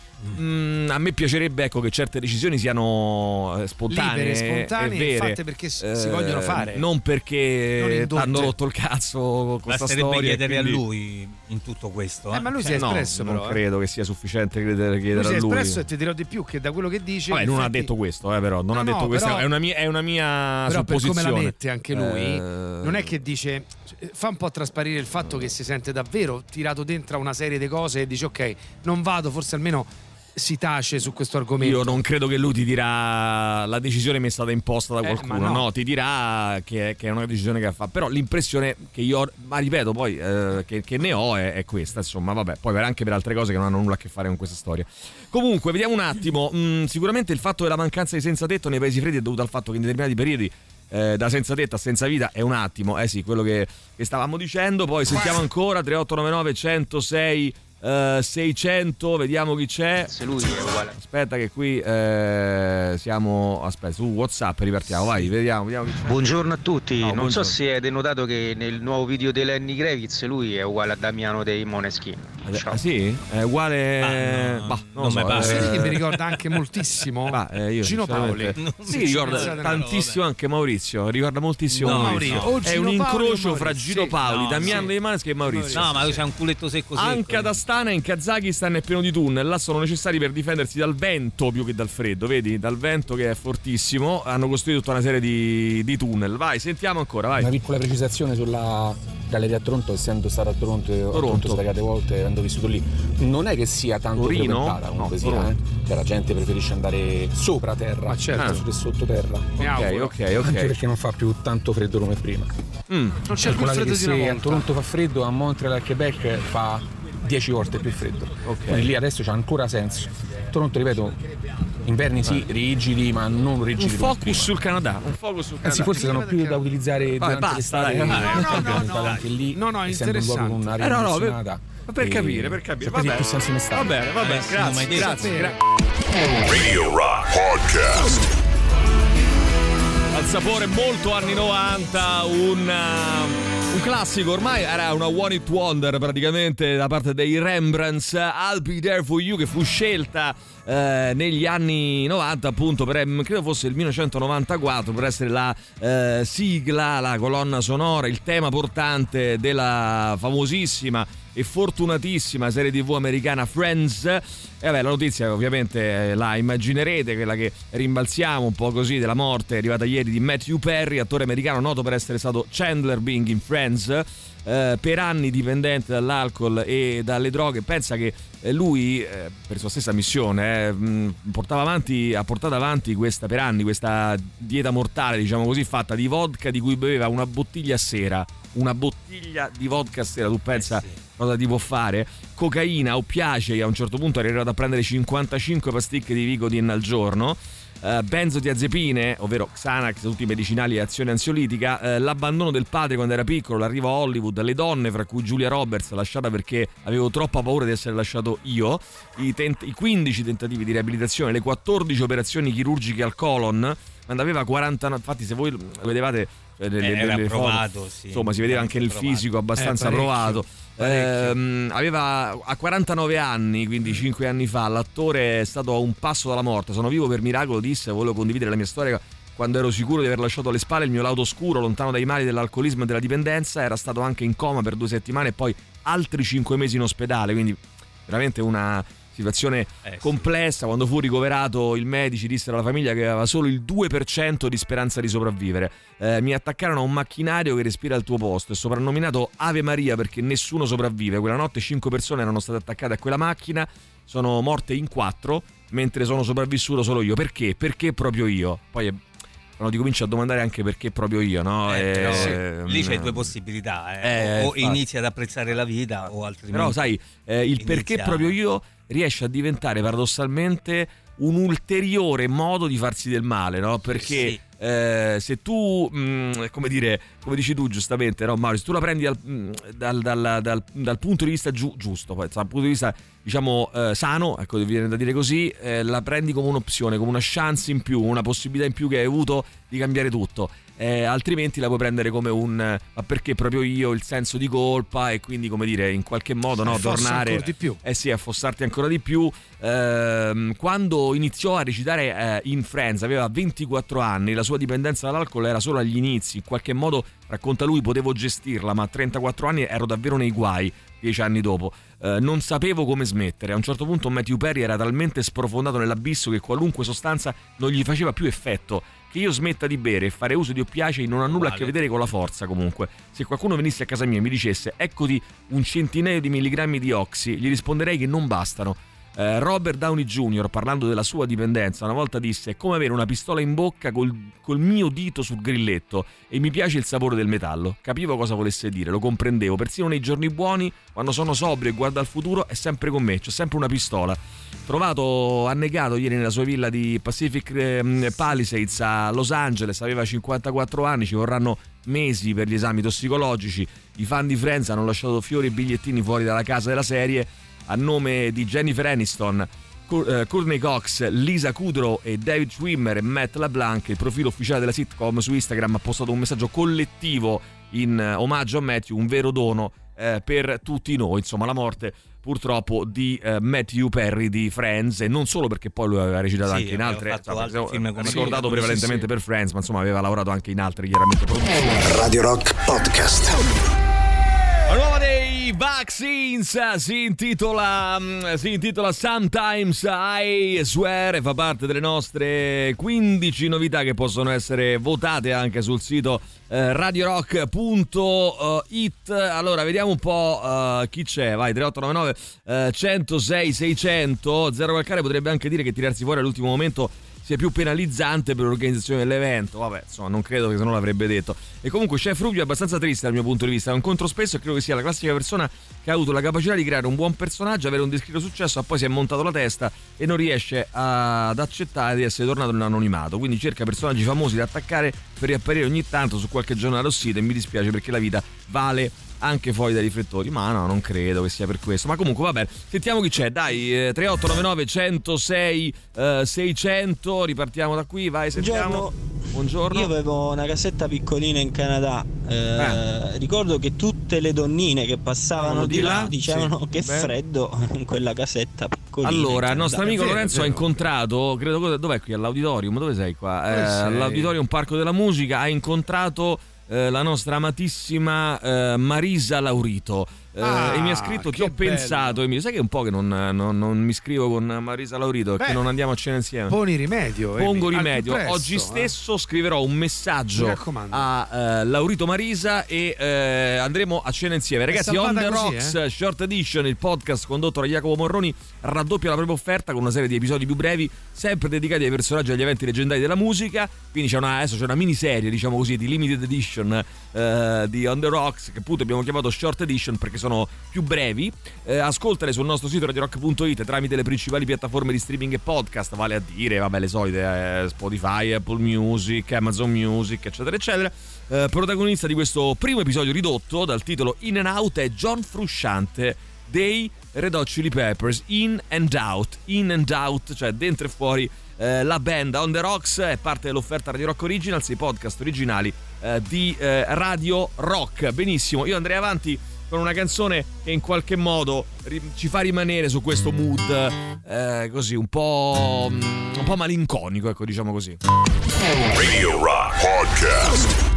Mm, a me piacerebbe, ecco, che certe decisioni siano spontanee, libere, spontanee, e vere, fatte perché si eh, vogliono fare, non perché non hanno rotto il cazzo con questa storia. Basterebbe chiedere quindi... a lui in tutto questo. Eh, eh? ma lui cioè, si è espresso, no, però, non eh. credo che sia sufficiente chiedere, chiedere lui a lui. Si è espresso e ti dirò di più che da quello che dice. Vabbè, non infatti... ha detto questo, eh, però non no, ha detto no, questo. però, è una mia, è una mia però supposizione. Per come la mette anche lui, eh... non è che dice, fa un po' trasparire il fatto che si sente davvero tirato dentro a una serie di cose e dice ok, non vado, forse almeno si tace su questo argomento. Io non credo che lui ti dirà la decisione mi è stata imposta da qualcuno, eh, no. no, ti dirà che è, che è una decisione che ha fatto. Però l'impressione che io ho, ma ripeto poi eh, che, che ne ho è, è questa, insomma, vabbè, poi anche per altre cose che non hanno nulla a che fare con questa storia. Comunque, vediamo un attimo. Mm, sicuramente il fatto della mancanza di senza tetto nei paesi freddi è dovuto al fatto che in determinati periodi Eh, da senza tetto a senza vita è un attimo, eh sì, quello che, che stavamo dicendo. Poi sentiamo ancora tre otto nove nove uno zero sei Uh, seicento, vediamo chi c'è. Se lui è uguale. Aspetta che qui eh, siamo, aspetta, su WhatsApp ripartiamo, vai, vediamo, vediamo chi c'è. Buongiorno a tutti, no, non buongiorno. so se avete notato che nel nuovo video di Lenny Kravitz lui è uguale a Damiano dei Måneskin. Ciao. Ah, sì? È uguale ah, no, bah, non, non so, mi pare. eh, Sì, che mi ricorda anche moltissimo bah, eh, io, Gino Paoli. Sì, ricorda tantissimo no, anche Maurizio, ricorda moltissimo no, Maurizio. No. È un incrocio fra Gino sì, Paoli, no, Damiano sì. dei Måneskin e Maurizio. No, ma lui c'ha un culetto secco secco. Anche ad Astana in Kazakistan è pieno di tunnel, là sono necessari per difendersi dal vento più che dal freddo, vedi? Dal vento che è fortissimo, hanno costruito tutta una serie di, di tunnel. Vai, sentiamo ancora, vai. Una piccola precisazione sulla galleria a Toronto, essendo stato a Toronto, Toronto. A Toronto svariate volte, avendo vissuto lì, non è che sia tanto Torino? frequentata comunque No, sia, eh? Cioè, la gente preferisce andare sopra terra, ma certo, che sottoterra. Ok, ok, ok. Anche perché non fa più tanto freddo come prima. Mm. Non c'è più freddo di una volta. Se a Toronto fa freddo, a Montreal e a Quebec fa dieci volte più freddo. Okay. Quindi lì adesso c'ha ancora senso. Toronto, ripeto, inverni sì, rigidi, ma non rigidi. Un focus sul Canada, un focus sul Canada. Anzi, forse sono più da utilizzare Vabbè, durante basta, l'estate. dai, no, no, no, no, anche lì, no, no, è essendo un luogo con interessante. un'area Eh, no, no, menzionata. Ma per capire, per capire. Va bene, più senso in estate. va bene, va bene. Eh, Grazie, grazie, grazie. grazie. Radio Rock Podcast. dal sapore molto anni novanta, un, uh, un classico, ormai era una one hit wonder praticamente da parte dei Rembrandts, I'll Be There For You, che fu scelta eh, negli anni novanta appunto per, credo fosse il millenovecentonovantaquattro, per essere la eh, sigla, la colonna sonora, il tema portante della famosissima e fortunatissima serie tv americana Friends. E vabbè, la notizia ovviamente eh, la immaginerete, quella che rimbalziamo un po' così, della morte arrivata ieri di Matthew Perry, attore americano noto per essere stato Chandler Bing in Friends, eh, per anni dipendente dall'alcol e dalle droghe. Pensa che eh, lui eh, per sua stessa missione eh, mh, portava avanti, ha portato avanti questa per anni questa dieta mortale, diciamo così, fatta di vodka di cui beveva una bottiglia a sera. Una bottiglia di vodka a sera, tu pensa eh sì. cosa ti può fare? Cocaina, oppiacei, a un certo punto era arrivato a prendere cinquantacinque pasticche di Vicodin al giorno, uh, benzodiazepine, ovvero Xanax, tutti i medicinali e azione ansiolitica, uh, l'abbandono del padre quando era piccolo, l'arrivo a Hollywood, le donne, fra cui Julia Roberts, lasciata perché avevo troppa paura di essere lasciato io, i, tent- i quindici tentativi di riabilitazione, le quattordici operazioni chirurgiche al colon, quando aveva quarantanove, infatti se voi lo vedevate le, le, eh, le provato, foto, sì. insomma si vedeva anche nel provato. fisico abbastanza eh, parecchio, provato. Eh, aveva a quarantanove anni, quindi cinque anni fa, l'attore è stato a un passo dalla morte. Sono vivo per miracolo, disse, volevo condividere la mia storia quando ero sicuro di aver lasciato alle spalle il mio lato oscuro, lontano dai mali dell'alcolismo e della dipendenza. Era stato anche in coma per due settimane e poi altri cinque mesi in ospedale, quindi veramente una situazione eh, complessa. Sì. Quando fu ricoverato, i medici dissero alla famiglia che aveva solo il due per cento di speranza di sopravvivere. Eh, mi attaccarono a un macchinario che respira al tuo posto, è soprannominato Ave Maria perché nessuno sopravvive. Quella notte cinque persone erano state attaccate a quella macchina, sono morte in quattro, mentre sono sopravvissuto solo io. Perché? Perché proprio io? Poi quando ti cominci a domandare anche perché proprio io, no? Eh, eh, però, eh, lì c'hai due possibilità, eh. eh, o infatti. inizi ad apprezzare la vita o altrimenti. Però sai, eh, il inizia... perché proprio io riesce a diventare paradossalmente un ulteriore modo di farsi del male, no? Perché sì. eh, se tu, mh, come dire, come dici tu giustamente, no, Mario, se tu la prendi dal, dal, dal, dal, dal punto di vista giu- giusto, dal punto di vista diciamo eh, sano, ecco, viene da dire così, eh, la prendi come un'opzione, come una chance in più, una possibilità in più che hai avuto di cambiare tutto. Eh, altrimenti la puoi prendere come un ma perché proprio io, il senso di colpa, e quindi, come dire, in qualche modo no, tornare ancora di più. eh sì, affossarti ancora di più. Eh, quando iniziò a recitare eh, in Friends aveva ventiquattro anni, la sua dipendenza dall'alcol era solo agli inizi, in qualche modo, racconta lui, potevo gestirla, ma a trentaquattro anni ero davvero nei guai. Dieci anni dopo eh, non sapevo come smettere. A un certo punto Matthew Perry era talmente sprofondato nell'abisso che qualunque sostanza non gli faceva più effetto. Che io smetta di bere e fare uso di oppiacei non ha nulla a che vedere con la forza. Comunque, se qualcuno venisse a casa mia e mi dicesse eccoti un centinaio di milligrammi di oxy, gli risponderei che non bastano. Eh, Robert Downey junior, parlando della sua dipendenza, una volta disse: è come avere una pistola in bocca col, col mio dito sul grilletto, e mi piace il sapore del metallo. Capivo cosa volesse dire, lo comprendevo. Persino nei giorni buoni, quando sono sobrio e guardo al futuro, è sempre con me, c'ho sempre una pistola. Trovato annegato ieri nella sua villa di Pacific eh, Palisades a Los Angeles, aveva cinquantaquattro anni, ci vorranno mesi per gli esami tossicologici. I fan di Friends hanno lasciato fiori e bigliettini fuori dalla casa della serie a nome di Jennifer Aniston, Courtney Cox, Lisa Kudrow e David Schwimmer e Matt LeBlanc. Il profilo ufficiale della sitcom su Instagram ha postato un messaggio collettivo in omaggio a Matthew, un vero dono eh, per tutti noi. Insomma, la morte purtroppo di eh, Matthew Perry di Friends, e non solo, perché poi lui aveva recitato sì, anche in altre, fatto altri altri film, come ricordato sì, prevalentemente sì, per Friends, ma insomma aveva lavorato anche in altri, chiaramente. Radio Rock Podcast. La nuova dei Vaccines si intitola si intitola Sometimes I Swear e fa parte delle nostre quindici novità che possono essere votate anche sul sito eh, radiorock punto it. Allora vediamo un po' uh, chi c'è. Vai, tre otto nove nove uh, centosei seicento. Zero Calcare potrebbe anche dire che tirarsi fuori all'ultimo momento sia più penalizzante per l'organizzazione dell'evento. Vabbè, insomma, non credo, che se no l'avrebbe detto. E comunque Chef Rubio è abbastanza triste dal mio punto di vista. Lo incontro spesso e credo che sia la classica persona che ha avuto la capacità di creare un buon personaggio, avere un discreto successo, ma poi si è montato la testa e non riesce a, ad accettare di essere tornato nell'anonimato. Quindi cerca personaggi famosi da attaccare per riapparire ogni tanto su qualche giornale arrossito, e mi dispiace perché la vita vale anche fuori dai riflettori. Ma no, non credo che sia per questo. Ma comunque vabbè, sentiamo chi c'è. Dai, eh, tre otto nove nove centosei seicento. Ripartiamo da qui, vai, sentiamo. Buongiorno, buongiorno. Io avevo una casetta piccolina in Canada, eh, eh. ricordo che tutte le donnine che passavano di, di là, là dicevano sì. che Beh. freddo in quella casetta piccolina. Allora, il nostro amico vero, Lorenzo ha incontrato, credo, dov'è qui all'auditorium? Dove sei qua? Eh, all'auditorium Parco della Musica ha incontrato eh, la nostra amatissima eh, Marisa Laurito. Ah, e mi ha scritto che ho bello. pensato e mi sai che è un po' che non, non, non mi scrivo con Marisa Laurito e che non andiamo a cena insieme. Poni rimedio. Pongo eh, rimedio. Presto, Oggi stesso eh. scriverò un messaggio a uh, Laurito Marisa e uh, andremo a cena insieme. Ragazzi, On The Rocks eh? Short Edition, il podcast condotto da Jacopo Morroni, raddoppia la propria offerta con una serie di episodi più brevi, sempre dedicati ai personaggi e agli eventi leggendari della musica. Quindi c'è una, adesso c'è una miniserie, diciamo così, di limited edition uh, di On The Rocks, che appunto abbiamo chiamato Short Edition perché sono più brevi. Eh, ascoltale sul nostro sito radio rock punto it tramite le principali piattaforme di streaming e podcast, vale a dire, vabbè, le solite eh, Spotify, Apple Music, Amazon Music, eccetera eccetera. Eh, protagonista di questo primo episodio ridotto dal titolo In and Out è John Frusciante dei Red Hot Chili Peppers. In and Out, In and Out, cioè dentro e fuori. Eh, la band On The Rocks è parte dell'offerta Radio Rock Originals, i podcast originali eh, di eh, Radio Rock. Benissimo, io andrei avanti con una canzone che in qualche modo ri- ci fa rimanere su questo mood eh, così un po' un po' malinconico, ecco, diciamo così. Radio Rock Podcast.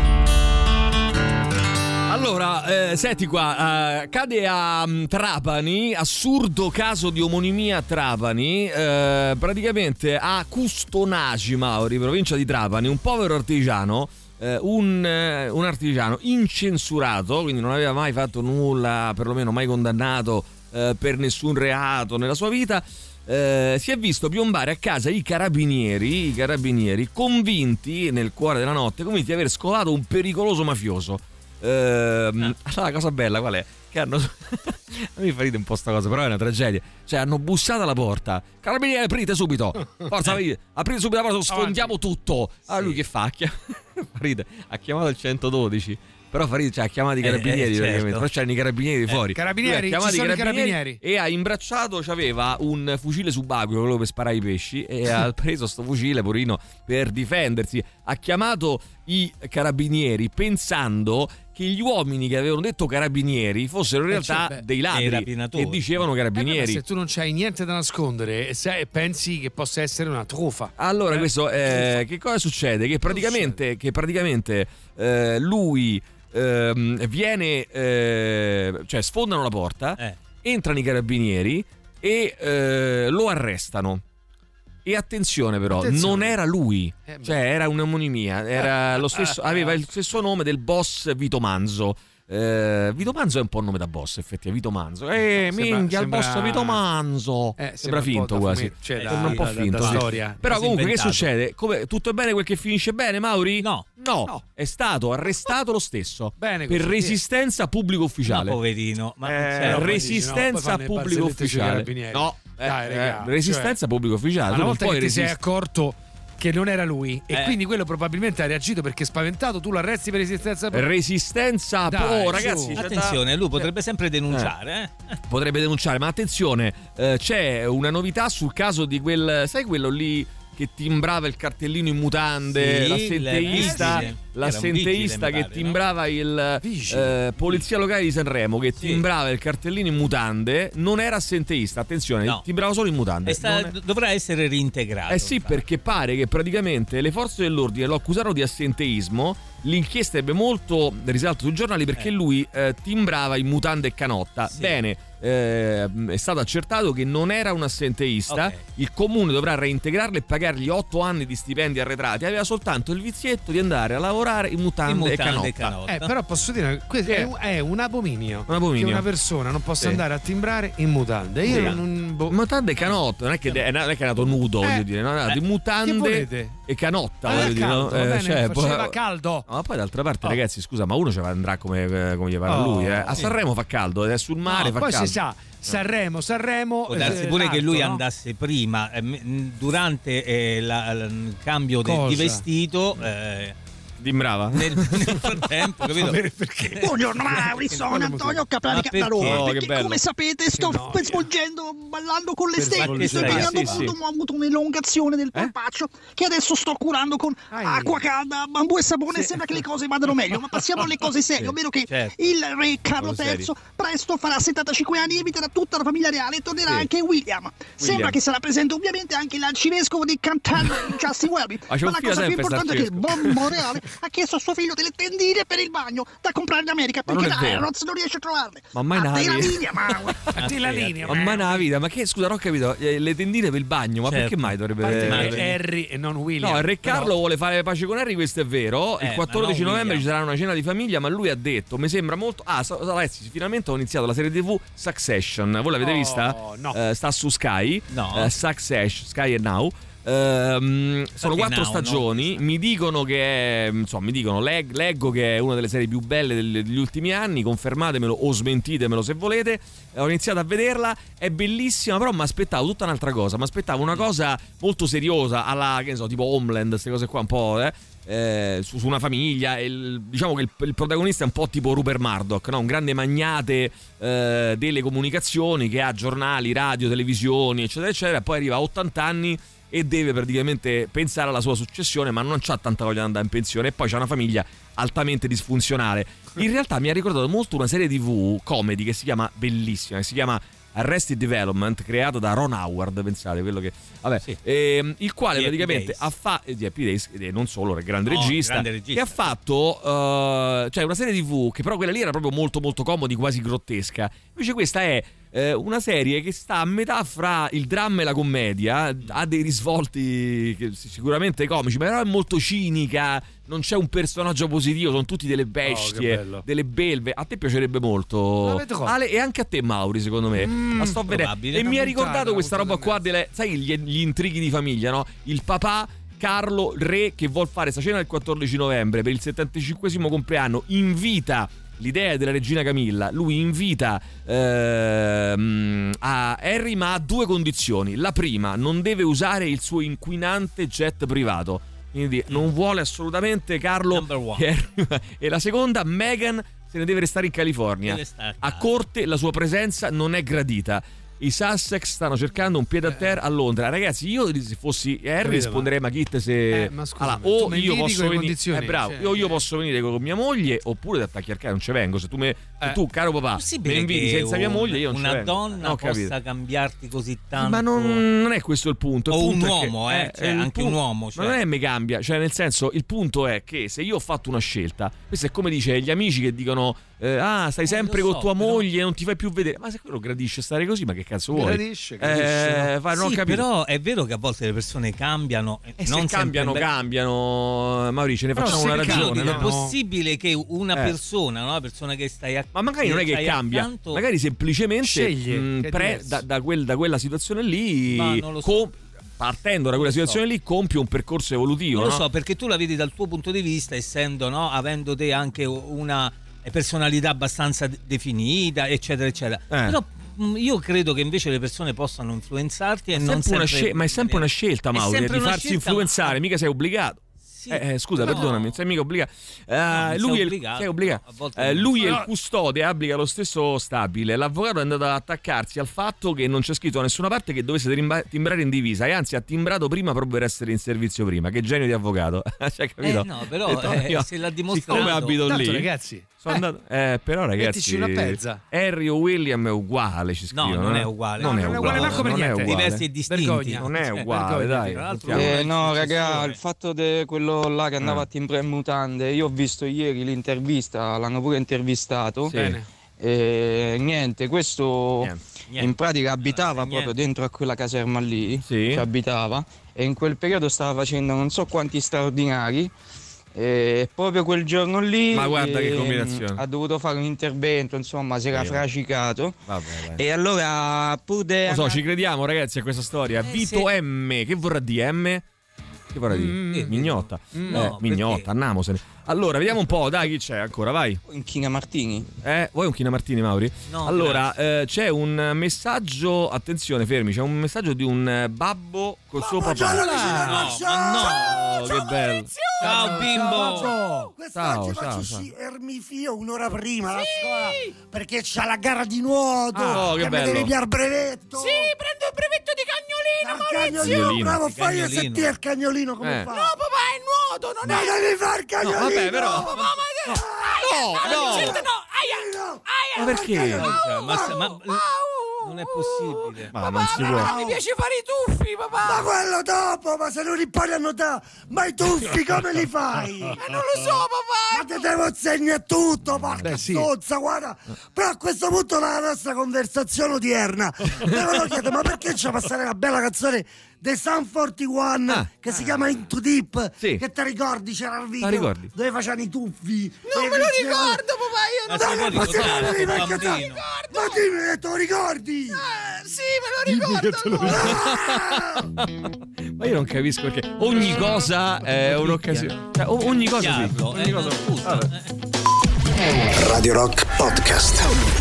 Allora, eh, senti qua, eh, cade a um, Trapani, assurdo caso di omonimia a Trapani, eh, praticamente a Custonaci, Mauri, provincia di Trapani, un povero artigiano, eh, un, eh, un artigiano incensurato, quindi non aveva mai fatto nulla, perlomeno mai condannato eh, per nessun reato nella sua vita, eh, si è visto piombare a casa i carabinieri, i carabinieri convinti, nel cuore della notte, convinti di aver scovato un pericoloso mafioso. Ehm, ah. La cosa bella qual è? Che hanno mi fa ridere un po' sta cosa, però è una tragedia. Cioè hanno bussato alla porta. Carabinieri, aprite subito. Forza, aprite, aprite subito la porta, sfondiamo tutto. Allora sì. Lui che fa? Ha chiamato il centododici. Però fa ridere, cioè ha chiamato i carabinieri, eh, eh, certo. Però c'erano i carabinieri fuori. Eh, carabinieri, ci sono i carabinieri, carabinieri. E ha imbracciato, c'aveva un fucile subacqueo, quello per sparare i pesci, e ha preso sto fucile, porino, per difendersi. Ha chiamato i carabinieri pensando che gli uomini che avevano detto carabinieri fossero in realtà eh, cioè, dei ladri che dicevano carabinieri. Eh, beh, se tu non c'hai niente da nascondere, se pensi che possa essere una truffa. Allora, eh? questo eh, che cosa succede? Che praticamente, che praticamente eh, lui eh, viene, eh, cioè sfondano la porta, eh. entrano i carabinieri e eh, lo arrestano. E attenzione però, attenzione. non era lui, eh, cioè era un'omonimia, era lo stesso, aveva il stesso nome del boss Vito Manzo. Eh, Vito Manzo è un po' un nome da boss, effettivamente. Vito Manzo, eh, sembra, minchia, sembra... il boss Vito Manzo. Eh, sembra, sembra finto quasi. Cioè, sembra da, un po' finto. Da, da, da storia. Però comunque inventato. Che succede? Come, tutto è bene quel che finisce bene, Mauri? No. No, no. È stato arrestato lo stesso. Bene, per resistenza pubblico ufficiale. No, poverino. Ma eh, no, resistenza no, pubblico ufficiale. No, eh, Dai, eh, resistenza cioè, pubblico ufficiale. Una volta che ti resist- sei accorto che non era lui e eh. quindi quello probabilmente ha reagito perché spaventato, tu l'arresti per resistenza resistenza Dai, oh ragazzi, attenzione, lui potrebbe sempre denunciare eh. potrebbe denunciare, ma attenzione, eh, c'è una novità sul caso di quel, sai quello lì che timbrava il cartellino in mutande, sì, l'assenteista, vigile. l'assenteista vigile, che pare, timbrava no? il eh, polizia locale di Sanremo che sì. timbrava il cartellino in mutande, non era assenteista, attenzione, no. timbrava solo in mutande. Sta, è... Dovrà essere reintegrato. Eh sì, infatti. Perché pare che praticamente le forze dell'ordine lo accusarono di assenteismo. L'inchiesta ebbe molto risalto sui giornali perché eh. lui eh, timbrava in mutande e canotta. Sì. Bene, eh, è stato accertato che non era un assenteista. Okay. Il comune dovrà reintegrarlo e pagargli otto anni di stipendi arretrati. Aveva soltanto il vizietto di andare a lavorare in mutande, in mutande e canotta. E canotta. Eh, però posso dire, questo è, un, è un abominio, un abominio che una persona non possa sì. andare a timbrare in mutande. Io sì. non, boh. Mutande e canotta, non è che è, non è, che è nato nudo, eh. voglio dire, no? È nato in mutande e canotta, ah, voglio dire, caldo, no? eh, bene, cioè, faceva poi, caldo. Ma poi d'altra parte, oh. ragazzi, scusa, ma uno ci andrà come, come gli pare oh, lui, eh? A sì. Sanremo fa caldo, è sul mare, no, fa poi caldo. Si sa, Sanremo, Sanremo. Può darsi pure che lui andasse prima, eh, durante eh, la, il cambio de, di vestito. Eh, Dimbrava. Nel, nel frattempo, capito? Perché? Buongiorno Mauri, sono Antonio Caprari da Roma. Oh, perché come sapete sto no, svolgendo, ballando con le Per stelle. Sto svolgere, pagando sì, ho avuto un'elongazione del polpaccio che adesso sto curando con Ai. acqua calda, bambù e sapone. Sembra che le cose vadano meglio, ma passiamo alle cose serie, ovvero che certo. il re Carlo Cose serie. terzo presto farà settantacinque anni e inviterà tutta la famiglia reale e tornerà Sì. anche William. Sembra che sarà presente ovviamente anche l'arcivescovo di Canterbury, Justin Welby. Ma c'è Ma un la figlio cosa più sempre, importante è che il l'arcivescovo. bombo reale ha chiesto a suo figlio delle tendine per il bagno da comprare in America Ma non perché è da vero. Aeroz non riesce a trovarle. Ma mai a navi? te la linea, Mauro. A te la linea. Ma mai nella vita, ma che scusa, non ho capito. eh, Le tendine per il bagno, ma Certo. perché mai dovrebbe. Parte Ma- che Harry e non William. No, il re Carlo vuole fare pace con Harry, questo è vero. Eh, Il ma quattordici no, novembre William. ci sarà una cena di famiglia, ma lui ha detto, mi sembra molto. Ah, so- ragazzi, finalmente ho iniziato la serie tivù Succession. Voi l'avete Oh, vista? no. Eh, sta su Sky. No. Eh, Succession, Sky e Now. Ehm, sono Perché quattro Now, stagioni. Mi dicono che è, insomma, mi dicono, leg- leggo che è una delle serie più belle del- degli ultimi anni. Confermatemelo o smentitemelo se volete. Eh, Ho iniziato a vederla, è bellissima, però mi aspettavo tutta un'altra cosa. Mi aspettavo una cosa molto seriosa, alla, che ne so, tipo Homeland, queste cose qua un po', eh. Eh, su, su una famiglia. Il, diciamo che il, il protagonista è un po' tipo Rupert Murdoch, no? Un grande magnate eh, delle comunicazioni che ha giornali, radio, televisioni, eccetera, eccetera. Poi arriva a ottanta anni e deve praticamente pensare alla sua successione, ma non c'ha tanta voglia di andare in pensione. E poi c'ha una famiglia altamente disfunzionale. In realtà mi ha ricordato molto una serie tivù comedy che si chiama, bellissima, che si chiama Arrested Development, creato da Ron Howard, pensate, quello che vabbè, Sì. ehm, il quale Di Happy praticamente Days. ha fatto di Happy Days, ed è non solo, è un grande No, regista, grande regista. che ha fatto eh, cioè una serie tivù che però quella lì era proprio molto molto comodi, quasi grottesca. Invece questa è eh, una serie che sta a metà fra il dramma e la commedia, ha dei risvolti che sicuramente comici, ma però è molto cinica, non c'è un personaggio positivo, sono tutti delle bestie, bello. delle belve. A te piacerebbe molto, La vedo qua. Ale, e anche a te, Mauri, secondo me. Mm, la sto vedendo. probabile. E mi Una ha puntata, ricordato una questa roba puntata e qua delle, sai, gli, gli intrighi di famiglia, no? Il papà Carlo, il re, che vuol fare sta cena il quattordici novembre per il settantacinquesimo compleanno, invita l'idea della regina Camilla, lui invita ehm, a Harry, ma ha due condizioni. La prima, non deve usare il suo inquinante jet privato, quindi non vuole assolutamente Carlo Number one. che arriva. E la seconda, Meghan se ne deve restare in California. Deve stare a A casa. corte la sua presenza non è gradita. I Sussex stanno cercando un pied a terra a Londra. Ragazzi, io se fossi Harry Capito, risponderei ma chi te se Eh, ma scusami, allora, tu o mi io inviti posso con le venire condizioni, eh, bravo, cioè, o io eh. posso venire con mia moglie oppure ti attacchi al cane, non ci vengo. Se tu me se Eh. tu, caro papà, Possibile mi inviti che senza mia un- moglie, io non ci una vengo. donna Ho capito. possa cambiarti così tanto. Ma non, non è questo il punto. Il O punto un è che- uomo, eh, cioè, il anche un uomo, Ma cioè. non è mi cambia, cioè nel senso, il punto è che se io ho fatto una scelta, questo è come dice gli amici che dicono eh, ah, stai sempre lo con so, tua però- moglie e non ti fai più vedere. Ma se quello gradisce stare così, ma che cazzo vuoi? Gradisce, gradisce, Eh, fa- non ho Sì, capito. però è vero che a volte le persone cambiano. E E non se cambiano, sempre... cambiano. Mauricio, ne Però facciamo se una cambiano, ragione. È no? possibile che una Eh. persona, no? Una persona che stai a Ma magari non è che stai cambia, accanto- magari semplicemente Sceglie, mh, che è pre- diverso. da, da quel- da quella situazione lì, Ma non lo so. com- partendo da quella Non lo situazione lì, compie un percorso evolutivo. Non lo no? so, perché tu la vedi dal tuo punto di vista, essendo, no, avendo te anche una personalità abbastanza de- definita, eccetera, eccetera. Eh. Però mh, io credo che invece le persone possano influenzarti e È non sempre una sempre scel- ma è sempre una scelta, È Mauri, sempre di una farsi scelta, influenzare, ma- mica sei obbligato. Sì, Eh, eh, scusa, però- perdonami, sei mica obbligato. Eh, non lui sei è il, obbligato, sei obbligato. a volte Eh, non- lui è il Però- custode, applica lo stesso stabile. L'avvocato è andato ad attaccarsi al fatto che non c'è scritto da nessuna parte che dovesse timba- timbrare in divisa, e anzi ha timbrato prima proprio per essere in servizio prima. Che genio di avvocato. Cioè, capito? Eh, no, però, Ho detto, eh, io, se l'ha dimostrato- siccome abito Tanto, lì, ragazzi, sono andato, eh, però ragazzi, mettici una pezza. Harry o William è uguale, ci No, scrivono. non eh. è uguale. Non No, è non è uguale, uguale manco per non è niente. uguale. Diversi e distinti. Vergogna. Non è Eh, uguale, vergogna, dai. tra l'altro, Sentiamo. Eh, Una no, successione. raga, il fatto di quello là che andava Eh. a timbrare mutande, io ho visto ieri l'intervista, l'hanno pure intervistato. Sì. Bene. E niente, questo Niente. Niente. in pratica abitava Niente. proprio dentro a quella caserma lì, Sì. ci abitava, e in quel periodo stava facendo non so quanti straordinari. E proprio quel giorno lì Ma guarda che ehm, combinazione. ha dovuto fare un intervento, insomma, si era Sì. fracicato. Vabbè, dai. E allora pur de- Lo so, ci crediamo ragazzi a questa storia. Eh, Vito sì. M, che vorrà dire M? Che vorrei dire? Mm. Eh, mignotta. Mm. Eh, No, mignotta, perché? annamosene. Allora, vediamo un po', dai, chi c'è ancora, vai. Un China Martini? Eh, vuoi un China Martini, Mauri? No, allora, eh, c'è un messaggio, attenzione, fermi, c'è un messaggio di un eh, babbo col suo papà. No, ma no. Oh, che bello. Ciao bimbo. Quest'oggi Ciao, ciao, faccio ciao. sì, ermifio un'ora prima alla scuola perché c'ha la gara di nuoto. Ah, oh, che che bello. mi devi pigliare il brevetto. Sì, prendo il brevetto di cagnolino, Il Maurizio. cagnolino, bravo, fai cagnolino. sentire il cagnolino come Eh. fa. No, papà, è nuoto, non Ma è... devi fare il cagnolino. No, vabbè, però- Papà, ma... No, no. Senta, no, aia, aia. Ma perché? Ma, ma- non è possibile. Ma non si può. Mi piace fare i tuffi, Ma papà. quello dopo, ma se non impari a nuotare, ma i tuffi come li fai? Ma non lo so, papà. Ma te devo insegnare tutto, porca Beh, sì. stozza, guarda. Però a questo punto la nostra conversazione odierna devo chiedere, ma perché ci fa passare una bella canzone dei Sun quarantuno Ah. che si chiama Into Deep? Sì. Che ti ricordi? C'era il video La ricordi? dove facevano i tuffi. Non me lo ricordo, papà, io non... Ma si può Ma se ricordare, non devi un perché bambino. Ma dimmi che te lo ricordi? Eh, sì, me lo ricordo. Ma io non capisco perché ogni cosa è un'occasione. Cioè, o- ogni cosa sì. Diavolo, Ogni eh, cosa. no, scusa, Vabbè. eh. Radio Rock Podcast.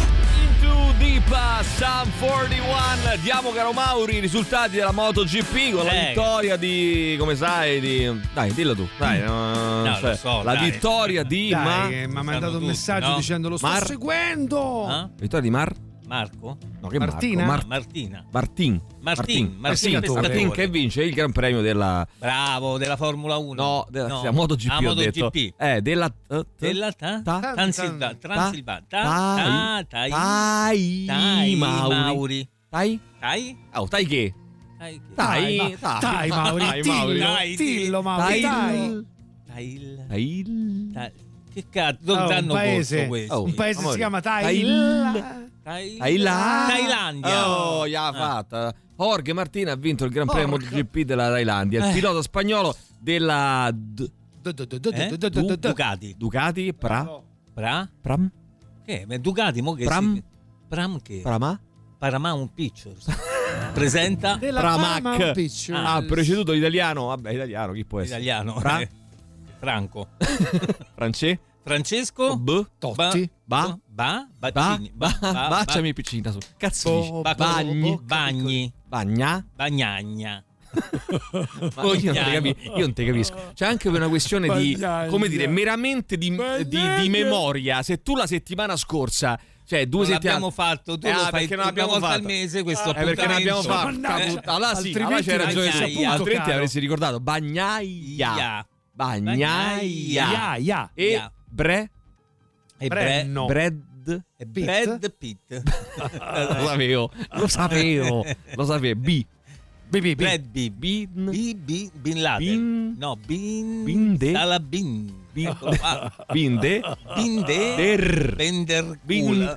Into Deep Sun quarantuno. Diamo, caro Mauri, i risultati della MotoGP con la Eh. vittoria di, come sai, di dai, dillo tu. Dai, no, No, cioè, lo so, la dai. vittoria di Dai, Ma che mi ha Sanno mandato un tutti, messaggio no? dicendo lo sto Mar- seguendo. Ah? vittoria di Mar Marco? No, che Martina? Marco? Mar- Martina. Martin. Martin, Martin, Martin, pescatore. Martin che vince il Gran Premio della Bravo, della Formula uno. No, della No. della MotoGP Ah, ho MotoGP. detto. Eh, della eh, Della ta? ta- Transilva- Transilvania. Ta- Tai ta- Tai. Tai Tai Mauri. Mauri. Tai? Tai? Oh, Tai che? Tai. Tai, Dai, Tai, dai, Mauri, Tai, dillo, Mauri. Dai, dillo, Mauri, dai. Tai. Tai. Tai. Che cazzo? Dove Oh, danno un paese, corso questi? Oh. un paese Amore. si chiama Tai- Thailand. Tai- Thailand. Thailandia. Oh, gli ha fatta. Jorge Martin ha vinto il Gran Premio Porca. MotoGP della Thailandia. Il Eh. pilota spagnolo della D- Eh? Du- Ducati. Ducati Pra Pra? Pram Che? Ma Ducati mo che Pram? si... Pram che? Prama Paramount Pictures. Presenta Della Pramac. Paramount Pictures. Ah, ha preceduto l'italiano. Vabbè, italiano, chi può essere? italiano. Fra? eh. Franco. Francè? Francesco B Totti. Ba Ba Ba Baccini. Ba Ba- Baciami piccina su. Cazzo Bo- dici? Ba- Bagni Bagni. Bagna Bagnagna. Ma io, non te capi- io non te capisco. C'è anche una questione di, Bagnagna. come dire, meramente di, di, di memoria. Se tu la settimana scorsa, cioè due Non settimane, l'abbiamo fatto, tu Eh, lo ah, fai perché non una abbiamo volta fatto. al mese questo Eh, perché non abbiamo fatto. appuntamento. Caputa. Allora sì, allora altrimenti c'hai ragione non tu. saputo, Altrimenti caro. avresti ricordato Bagnaia. Ia. Bagnaia. Ya, ya. E Ya. Bre E Bre- Brenno. Brad e Brad Pitt. lo sapevo, lo sapevo, lo sapevo. B B, B, B. Brad B. Bin B. B. Bin Laden. Bin- No, Bin. Binde? Sala Bin. Bin- Eccolo qua. Binde Binde. Der Bender. Bin Cool.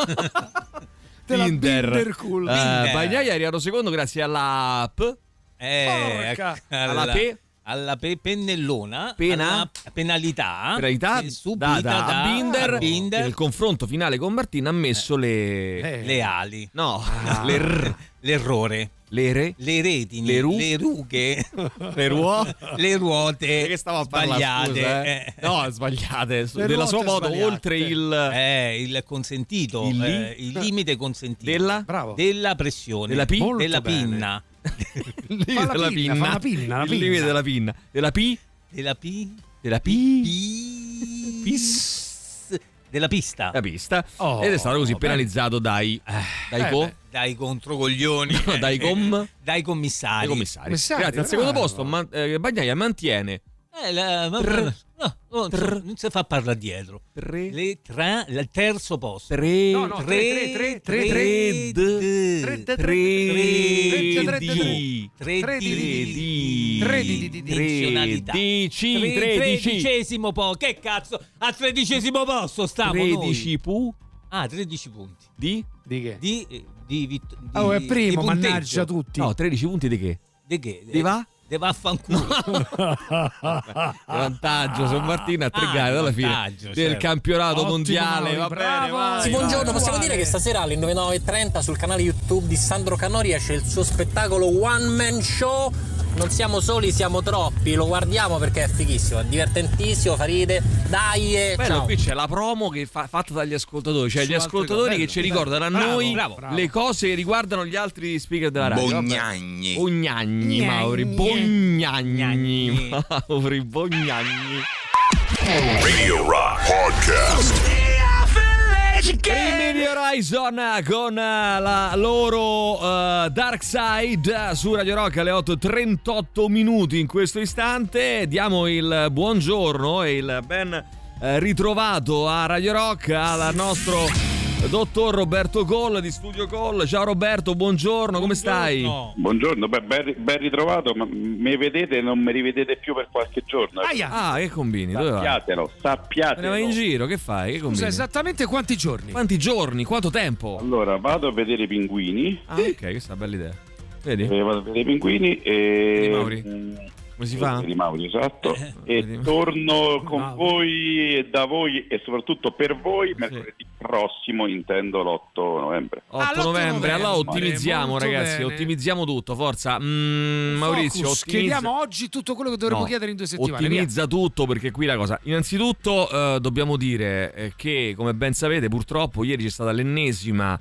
Della Binder. Bindercool. Eh, Binder. Bagnaia è arrivato secondo grazie alla P Eh, Porca. alla P alla pe- pennellona, Pena? alla penalità, penalità che è subita data da a Binder, a Binder, che nel confronto finale con Martin ha messo le Eh. le ali, no Ah. le r- l'errore, le re le retini, Le ru- le rughe, le ruo le ruote che stavo a parlare, sbagliate, scusa, eh. eh. no sbagliate Le della sua ruote moto sbagliate. oltre il Eh, il consentito, Il li- eh, il limite consentito della Bravo. della pressione, Della P? Molto della bene. pinna, il limite Fa la della pinna, pinna fa la pinna, la il limite pinna. della pinna della P della P, della P P, Pis- della pista, la pista Oh, ed è stato così beh. penalizzato dai dai Eh, co beh. dai controcoglioni, No, dai com- dai commissari. dai commissari. Commissari, Grazie al secondo bravo. posto ma, eh, Bagnaia mantiene Eh, la, ma, Trr. no, no, Trr. non si fa parlare dietro. tre Le tre, il terzo posto. tre No, no, tre, tre, tre, tre, tre tre, tre, tre tre, di tre tre di di Tre di- di- di- dizionalità. tredici Tre- tredici tredicesimo po'. Che cazzo? Al tredicesimo posto stiamo noi. tredici pu Ah, tredici punti. di Di che? Di eh, di, vit- di Oh, è di primo, punteggio. mannaggia tutti. no tredici punti di che? Di che? Di va? De vaffanculo. Vantaggio San Martino a tre Ah, gare alla fine vantaggio, del certo. campionato Ottimo, mondiale. Mauri, Va bravo. bene, vai. Sì, buongiorno, vai. possiamo dire che stasera alle nove e trenta sul canale YouTube di Sandro Canori esce il suo spettacolo One Man Show non siamo soli, siamo troppi, lo guardiamo perché è fighissimo, è divertentissimo, fa ridere, dai e bello, ciao. qui c'è la promo che fa, fatta dagli ascoltatori, cioè Su gli ascoltatori bello, che ci bello. ricordano a Bravo, noi bravo, bravo. le cose che riguardano gli altri speaker della radio. Bognagni. Bognagni, Mauri, Bognagni, Mauri, Bognagni. Radio Rock Podcast. Bring Me The Horizon con la loro uh, Dark Side su Radio Rock alle otto e trentotto minuti in questo istante. Diamo il buongiorno e il ben uh, ritrovato a Radio Rock al nostro dottor Roberto Coll di Studio Coll. Ciao Roberto, buongiorno, come stai? Buongiorno, beh, ben, ben ritrovato, ma mi vedete e non mi rivedete più per qualche giorno. Ah, che combini? Dove vai? Sappiatelo, sappiatelo. Me ne vai in giro, che fai? Che combini? Scusa, esattamente quanti giorni? Quanti giorni? Quanto tempo? Allora, vado a vedere i pinguini. Ah, ok, questa è una bella idea. Vedi? Eh, vado a vedere i pinguini e... Vedi, Mauri? Mm, Come si fa? Di Mauri, esatto. E torno con Mauri. voi e da voi e soprattutto per voi mercoledì prossimo, intendo l'otto novembre. otto novembre, allora ottimizziamo molto ragazzi, bene. ottimizziamo tutto, forza. Mm, Maurizio, Focus, ottimizza. chiediamo oggi tutto quello che dovremmo No, chiedere in due settimane. ottimizza tutto perché qui la cosa. Innanzitutto eh, dobbiamo dire eh, che, come ben sapete, purtroppo ieri c'è stata l'ennesima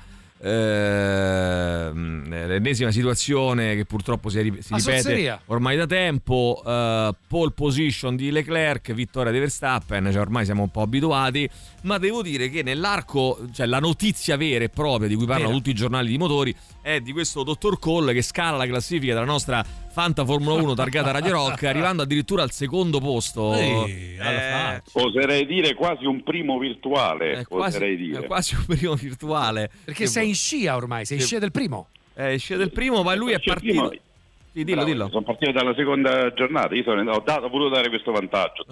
eh, l'ennesima situazione che purtroppo si, ri- si La ripete sozzeria. ormai da tempo. eh, pole position di Leclerc, vittoria di Verstappen, cioè ormai siamo un po' abituati, ma devo dire che nell'arco, cioè la notizia vera e propria di cui parlano Vera. tutti i giornali di motori è di questo dottor Coll che scala la classifica della nostra Fanta Formula uno targata Radio Rock, arrivando addirittura al secondo posto. Ehi, Eh, Oserei dire quasi un primo virtuale, è quasi, oserei dire. è quasi un primo virtuale. Perché sei in scia ormai, sei in Che- scia del primo. È in scia del primo, ma lui è C'è il partito. primo- Sì, dillo, dillo. Sono partito dalla seconda giornata, io sono, ho, dato, ho voluto dare questo vantaggio.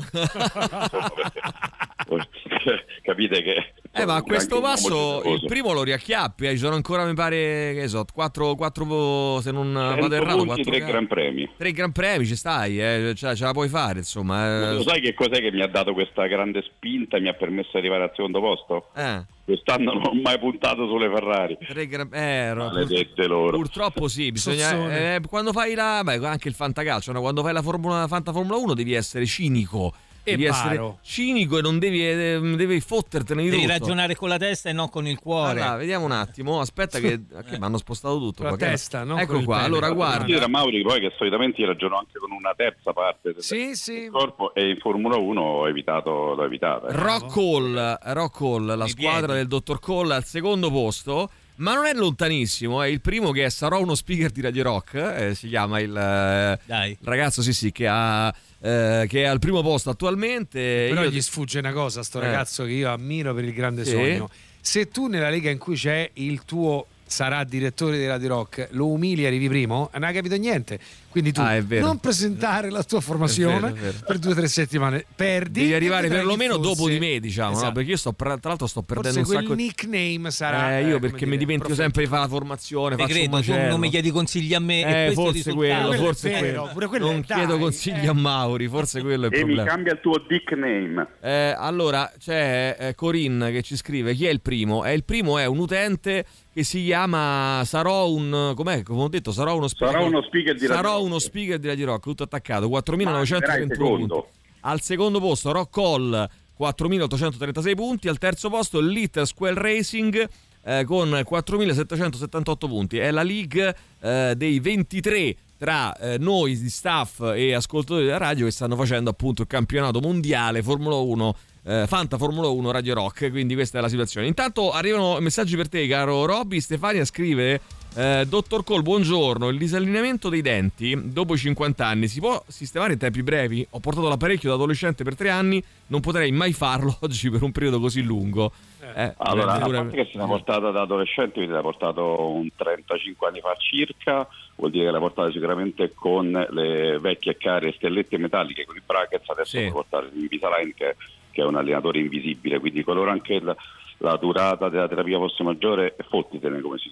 Capite che... Eh, ma a questo anche un uomo passo il generoso. primo lo riacchiappi. eh, Ci sono ancora, mi pare, che so, quattro, quattro se non vado cento errato, punti, quattro tre gare. Gran Premi. Tre gran premi ci stai, eh, ce, ce la puoi fare, insomma. eh. Lo sai che cos'è che mi ha dato questa grande spinta e mi ha permesso di arrivare al secondo posto? Eh. Quest'anno non ho mai puntato sulle Ferrari. Tre gran- eh, ro- Maledette loro. Purtroppo sì, bisogna Sozzone. eh, quando fai la beh, anche il fantacalcio, no? Quando fai la Formula Fanta Formula uno devi essere cinico. E Devi paro. essere cinico e non devi, eh, devi fottertene di Devi tutto. ragionare con la testa e non con il cuore. Allora, vediamo un attimo, aspetta che, che mi hanno spostato tutto. Con la qua, che- testa, non ecco con il qua, pene. allora guarda. Considera Mauri poi che solitamente io ragiono anche con una terza parte del sì, sì. corpo e in Formula uno ho evitato, l'ho evitata. eh. Rock Hall, Rock Hall, la squadra del dottor Cole al secondo posto, ma non è lontanissimo, è il primo che è, sarò uno speaker di Radio Rock, eh, si chiama il, eh, Dai. il ragazzo sì sì che ha eh, che è al primo posto attualmente. Però Io- gli sfugge una cosa, sto Eh. ragazzo che io ammiro per il grande Sì. sogno. Se tu nella lega in cui c'è il tuo sarà direttore di Radio Rock lo umili e arrivi primo, non hai capito niente. Quindi tu Ah, è vero. non presentare la tua formazione È vero, è vero. per due o tre settimane, perdi. Devi e arrivare vedrai perlomeno chi fosse. dopo di me, diciamo, no? Esatto. Perché io sto tra l'altro sto perdendo Forse un quel sacco di nickname sarà Eh, io eh, perché come mi dire, dimentico sempre di fare la formazione, Te faccio credo, un tu macello. non mi chiedi consigli a me e Eh, questo forse risultato. quello, forse è vero, quello. pure quello non è- chiedo dai, consigli eh. a Mauri, forse quello è il E mi problema. cambia il tuo nickname. Eh, allora c'è eh, Corinne che ci scrive: chi è il primo? Eh, il primo è un utente che si chiama Sarò un com'è? Come ho detto, sarò uno speaker. Sarò uno speaker di Radio Sarò Rock. uno speaker di Radio Rock, tutto attaccato, Ma quattromilanovecentotrentuno arriverai punti. secondo. Al secondo posto Rock Hall quattromilaottocentotrentasei punti, al terzo posto Little Square Racing eh, con quattromilasettecentosettantotto punti. È la league eh, dei ventitré tra eh, noi di staff e ascoltatori della radio che stanno facendo appunto il campionato mondiale Formula uno, eh, Fanta Formula uno Radio Rock, quindi questa è la situazione. Intanto arrivano messaggi per te, caro Robby. Stefania scrive: eh, dottor Cole, buongiorno, il disallineamento dei denti dopo i cinquanta anni si può sistemare in tempi brevi? Ho portato l'apparecchio da adolescente per tre anni, non potrei mai farlo oggi per un periodo così lungo. Eh, Allora, a pure- parte che se l'ha portata da adolescente, quindi l'ha portato un trentacinque anni fa circa, vuol dire che l'ha portata sicuramente con le vecchie care stellette metalliche, con i brackets, adesso Sì. può portare Invisalign che, che è un allenatore invisibile, quindi coloro anche la, la durata della terapia fosse maggiore, fottitene come si dice.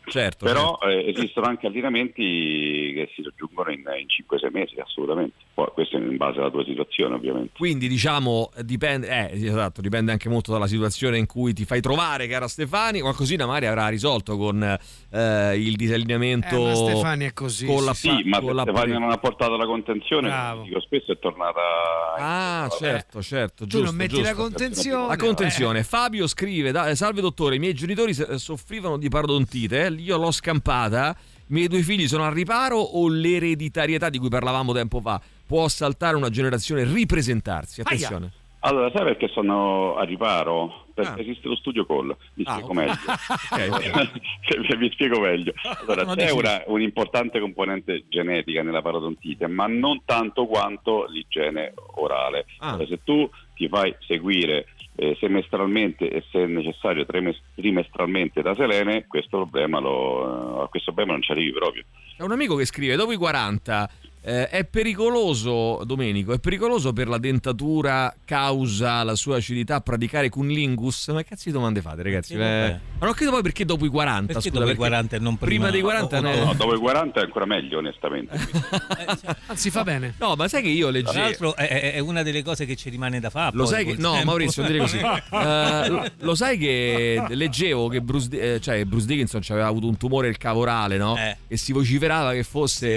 Certo, però certo. Eh, esistono anche allenamenti che si raggiungono in, in cinque sei mesi, assolutamente. Poi questo è in base alla tua situazione, ovviamente. Quindi diciamo dipende, eh, esatto, dipende anche molto dalla situazione in cui ti fai trovare, cara Stefani. Qualcosina magari avrà risolto con eh, il disallineamento. Eh, ma Stefani è così. Con la, sì, ma con se la Stefani non ha portato la contenzione, come dico spesso, è tornata. Ah, in... certo, certo. Tu giusto, non metti giusto. la contenzione. La contenzione. Eh. Fabio scrive: da, salve dottore, i miei genitori soffrivano di parodontite, eh, io l'ho scampata. I miei due figli sono al riparo o l'ereditarietà di cui parlavamo tempo fa può saltare una generazione, ripresentarsi? Attenzione. Aia. Allora, sai perché sono a riparo? Perché Ah. esiste lo studio Call, vi Ah, spiego okay. meglio. Okay. vi spiego meglio. Allora, No, c'è dici. una, un'importante componente genetica nella parodontite, ma non tanto quanto l'igiene orale. Ah. Allora, se tu ti fai seguire eh, semestralmente e se necessario trimes- trimestralmente da Selene, questo problema lo, a questo problema non ci arrivi proprio. È un amico che scrive: dopo i quaranta eh, è pericoloso, Domenico, è pericoloso per la dentatura causa la sua acidità praticare cunnilingus? Ma che cazzo di domande fate, ragazzi? Sì, eh, ma non credo poi perché dopo i quaranta, Perché scusa, dopo i perché quaranta e non prima? prima dei quaranta Oh, ne- No, dopo i quaranta è ancora meglio, onestamente. Anzi, fa bene. No, ma sai che io Tra leggevo. l'altro è, è una delle cose che ci rimane da fare. Lo poi sai che col no, tempo. Maurizio, non dire così. Eh, lo, lo sai che leggevo che Bruce, Di- eh, cioè Bruce Dickinson aveva avuto un tumore al cavo orale, no? Eh. E si vociferava che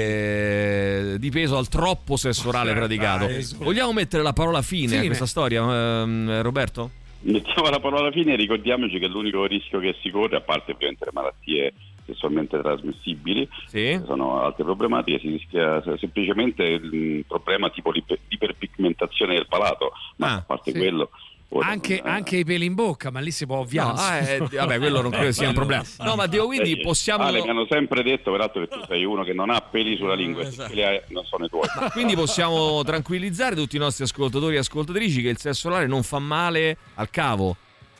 fosse dipeso dal troppo sesso orale praticato. dai, su. Vogliamo mettere la parola fine, Fine. a questa storia, ehm, Roberto? Mettiamo la parola fine e ricordiamoci che l'unico rischio che si corre, a parte ovviamente le malattie sessualmente trasmissibili, Sì. sono altre problematiche, si rischia semplicemente il problema tipo l'iper- iperpigmentazione del palato, ma Ah, a parte sì. quello ora Anche, non- anche i peli in bocca, ma lì si può No, ovviare. ah, eh, vabbè, quello non credo sia un problema. No, ma dico, quindi Eh, possiamo. Ale, mi hanno sempre detto peraltro che tu sei uno che non ha peli sulla lingua, e Esatto. se li hai non sono i tuoi. Quindi possiamo tranquillizzare tutti i nostri ascoltatori e ascoltatrici che il sesso orale non fa male al cavo.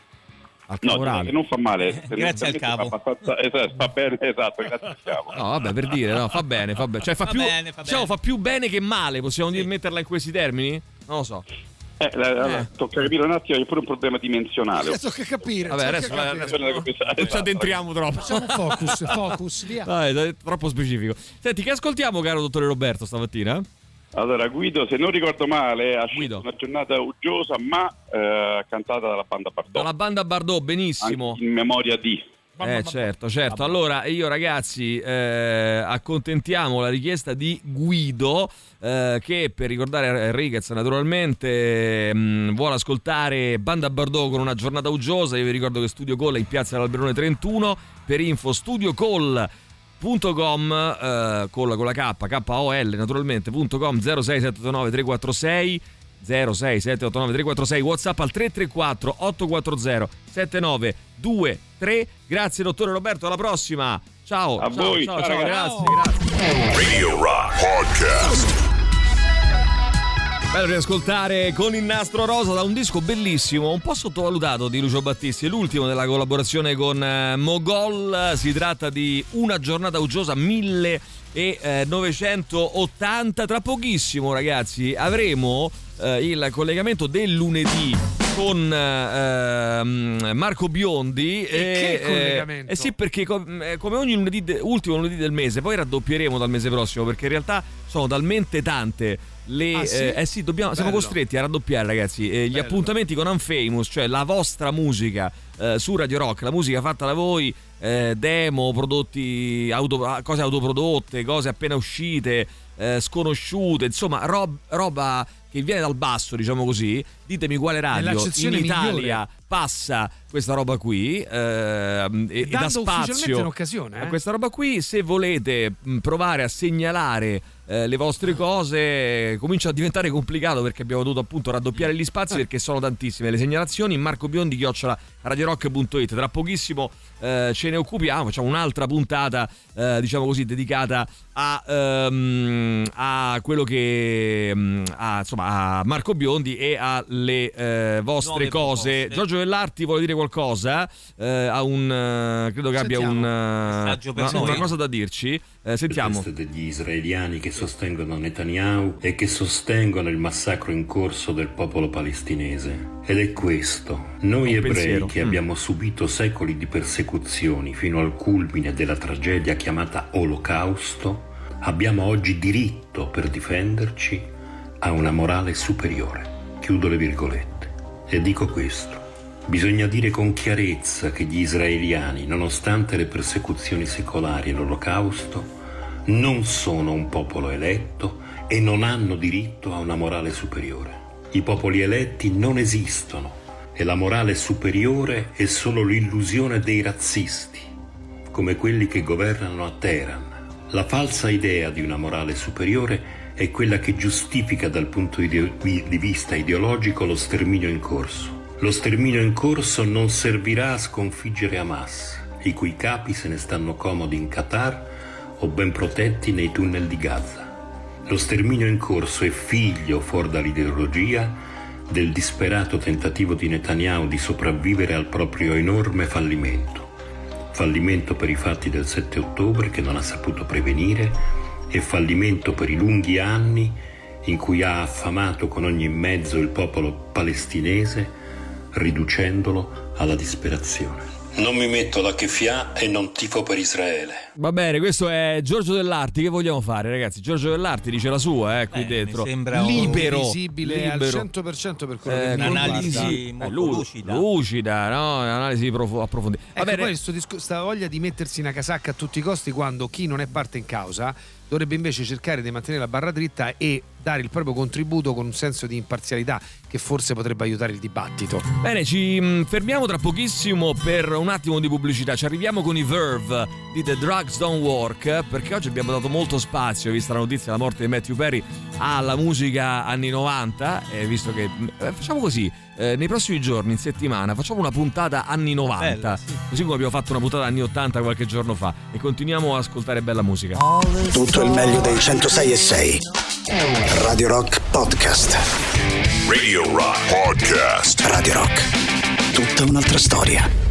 Al No, cavo orale. che non fa male. Grazie al cavo. Fa, abbastanza- esatto, fa bene, esatto, grazie al cavo. No, vabbè, per dire, no, fa bene, fa bene. Cioè, fa, Fa più, bene, fa diciamo, bene. fa più bene che male, possiamo dire, metterla in questi termini? Non lo so. Eh, la- la- tocca capire un attimo, c'è pure un problema dimensionale. Tocca capire. Vabbè, tocca adesso capire. non ci addentriamo troppo. Facciamo un focus, focus, via. Dai, dai, troppo specifico. Senti, che ascoltiamo, caro dottore Roberto, stamattina? Allora, Guido, se non ricordo male, ha Guido. scelto una giornata uggiosa, ma eh, cantata dalla banda Bardot. Dalla banda Bardot, benissimo. Anche in memoria di. Eh certo, certo. Allora io ragazzi eh, accontentiamo la richiesta di Guido eh, che per ricordare Enriquez naturalmente mh, vuole ascoltare Banda Bardot con una giornata uggiosa. Io vi ricordo che Studio Call è in piazza dell'Alberone trentuno. Per info studiocall punto com eh, call con la K, K O L naturalmente punto com zero sei sette otto nove tre quattro sei zero sei sette otto nove tre quattro sei, WhatsApp al tre tre quattro otto quattro zero sette nove due tre. Grazie dottore Roberto, alla prossima. Ciao. A ciao, voi, ciao, ciao, ciao, ragazzi. grazie, grazie. Radio Rock Podcast. Bello riascoltare Con il nastro rosa da un disco bellissimo, un po' sottovalutato di Lucio Battisti, è l'ultimo della collaborazione con eh, Mogol. Si tratta di Una giornata uggiosa millenovecentottanta. Tra pochissimo ragazzi avremo eh, il collegamento del lunedì con eh, Marco Biondi. E che collegamento? Eh sì, perché co- eh, come ogni lunedì de- ultimo lunedì del mese poi raddoppieremo dal mese prossimo, perché in realtà sono talmente tante le, Ah, sì? eh, eh sì, dobbiamo, siamo Bello. costretti a raddoppiare ragazzi eh, gli Bello. appuntamenti con Unfamous, cioè la vostra musica eh, su Radio Rock, la musica fatta da voi, eh, demo, prodotti auto, cose autoprodotte, cose appena uscite, eh, sconosciute, insomma rob, roba che viene dal basso, diciamo così. Ditemi quale radio in Nell'accezione Italia migliore. passa questa roba qui eh, e, e dà Dando ufficialmente spazio un'occasione, a eh? questa roba qui. Se volete mh, provare a segnalare eh, le vostre cose, comincia a diventare complicato, perché abbiamo dovuto appunto raddoppiare gli spazi perché sono tantissime le segnalazioni. Marco Biondi chiocciola radiorock punto it. Tra pochissimo eh, ce ne occupiamo, facciamo un'altra puntata eh, diciamo così dedicata a, ehm, a quello che mh, a, insomma a Marco Biondi e alle eh, vostre Nuove cose. proposte. Giorgio Vellarti vuole dire qualcosa, eh, ha un eh, credo che abbia Sentiamo. un eh, Messaggio per una, noi. una cosa da dirci. Eh, sentiamo. Questo degli israeliani che sostengono Netanyahu e che sostengono il massacro in corso del popolo palestinese. Ed è questo, noi Un ebrei pensiero. che Mm. abbiamo subito secoli di persecuzione persecuzioni fino al culmine della tragedia chiamata Olocausto, abbiamo oggi diritto per difenderci a una morale superiore. Chiudo le virgolette. E dico questo. Bisogna dire con chiarezza che gli israeliani, nonostante le persecuzioni secolari e l'Olocausto, non sono un popolo eletto e non hanno diritto a una morale superiore. I popoli eletti non esistono e la morale superiore è solo l'illusione dei razzisti, come quelli che governano a Teheran. La falsa idea di una morale superiore è quella che giustifica dal punto di vista ideologico lo sterminio in corso. Lo sterminio in corso non servirà a sconfiggere Hamas, i cui capi se ne stanno comodi in Qatar o ben protetti nei tunnel di Gaza. Lo sterminio in corso è figlio, fuori dall'ideologia, del disperato tentativo di Netanyahu di sopravvivere al proprio enorme fallimento. Fallimento per i fatti del sette ottobre che non ha saputo prevenire e fallimento per i lunghi anni in cui ha affamato con ogni mezzo il popolo palestinese, riducendolo alla disperazione. Non mi metto la keffia e non tifo per Israele. Va bene, questo è Giorgio Dell'Arti. Che vogliamo fare, ragazzi? Giorgio Dell'Arti dice la sua, eh, qui Beh, dentro. Mi sembra libero, visibile libero. al cento per cento per quello eh, che mi un'analisi molto lu- lucida. Lucida, no? Un'analisi prof- approfondita. Ecco, poi questo disco, sta voglia di mettersi una casacca a tutti i costi quando chi non è parte in causa dovrebbe invece cercare di mantenere la barra dritta e dare il proprio contributo con un senso di imparzialità che forse potrebbe aiutare il dibattito. Bene, ci mh, fermiamo tra pochissimo per un attimo di pubblicità. Ci arriviamo con i Verve di The Drugs Don't Work, perché oggi abbiamo dato molto spazio, vista la notizia della morte di Matthew Perry, alla musica anni novanta, e visto che eh, facciamo così, eh, nei prossimi giorni, in settimana, facciamo una puntata anni novanta, Bella, sì. Così come abbiamo fatto una puntata anni ottanta qualche giorno fa, e continuiamo a ascoltare bella musica. Tutto il meglio dei centosei e sei. Radio Rock Podcast. Radio Rock Podcast. Radio Rock. Tutta un'altra storia.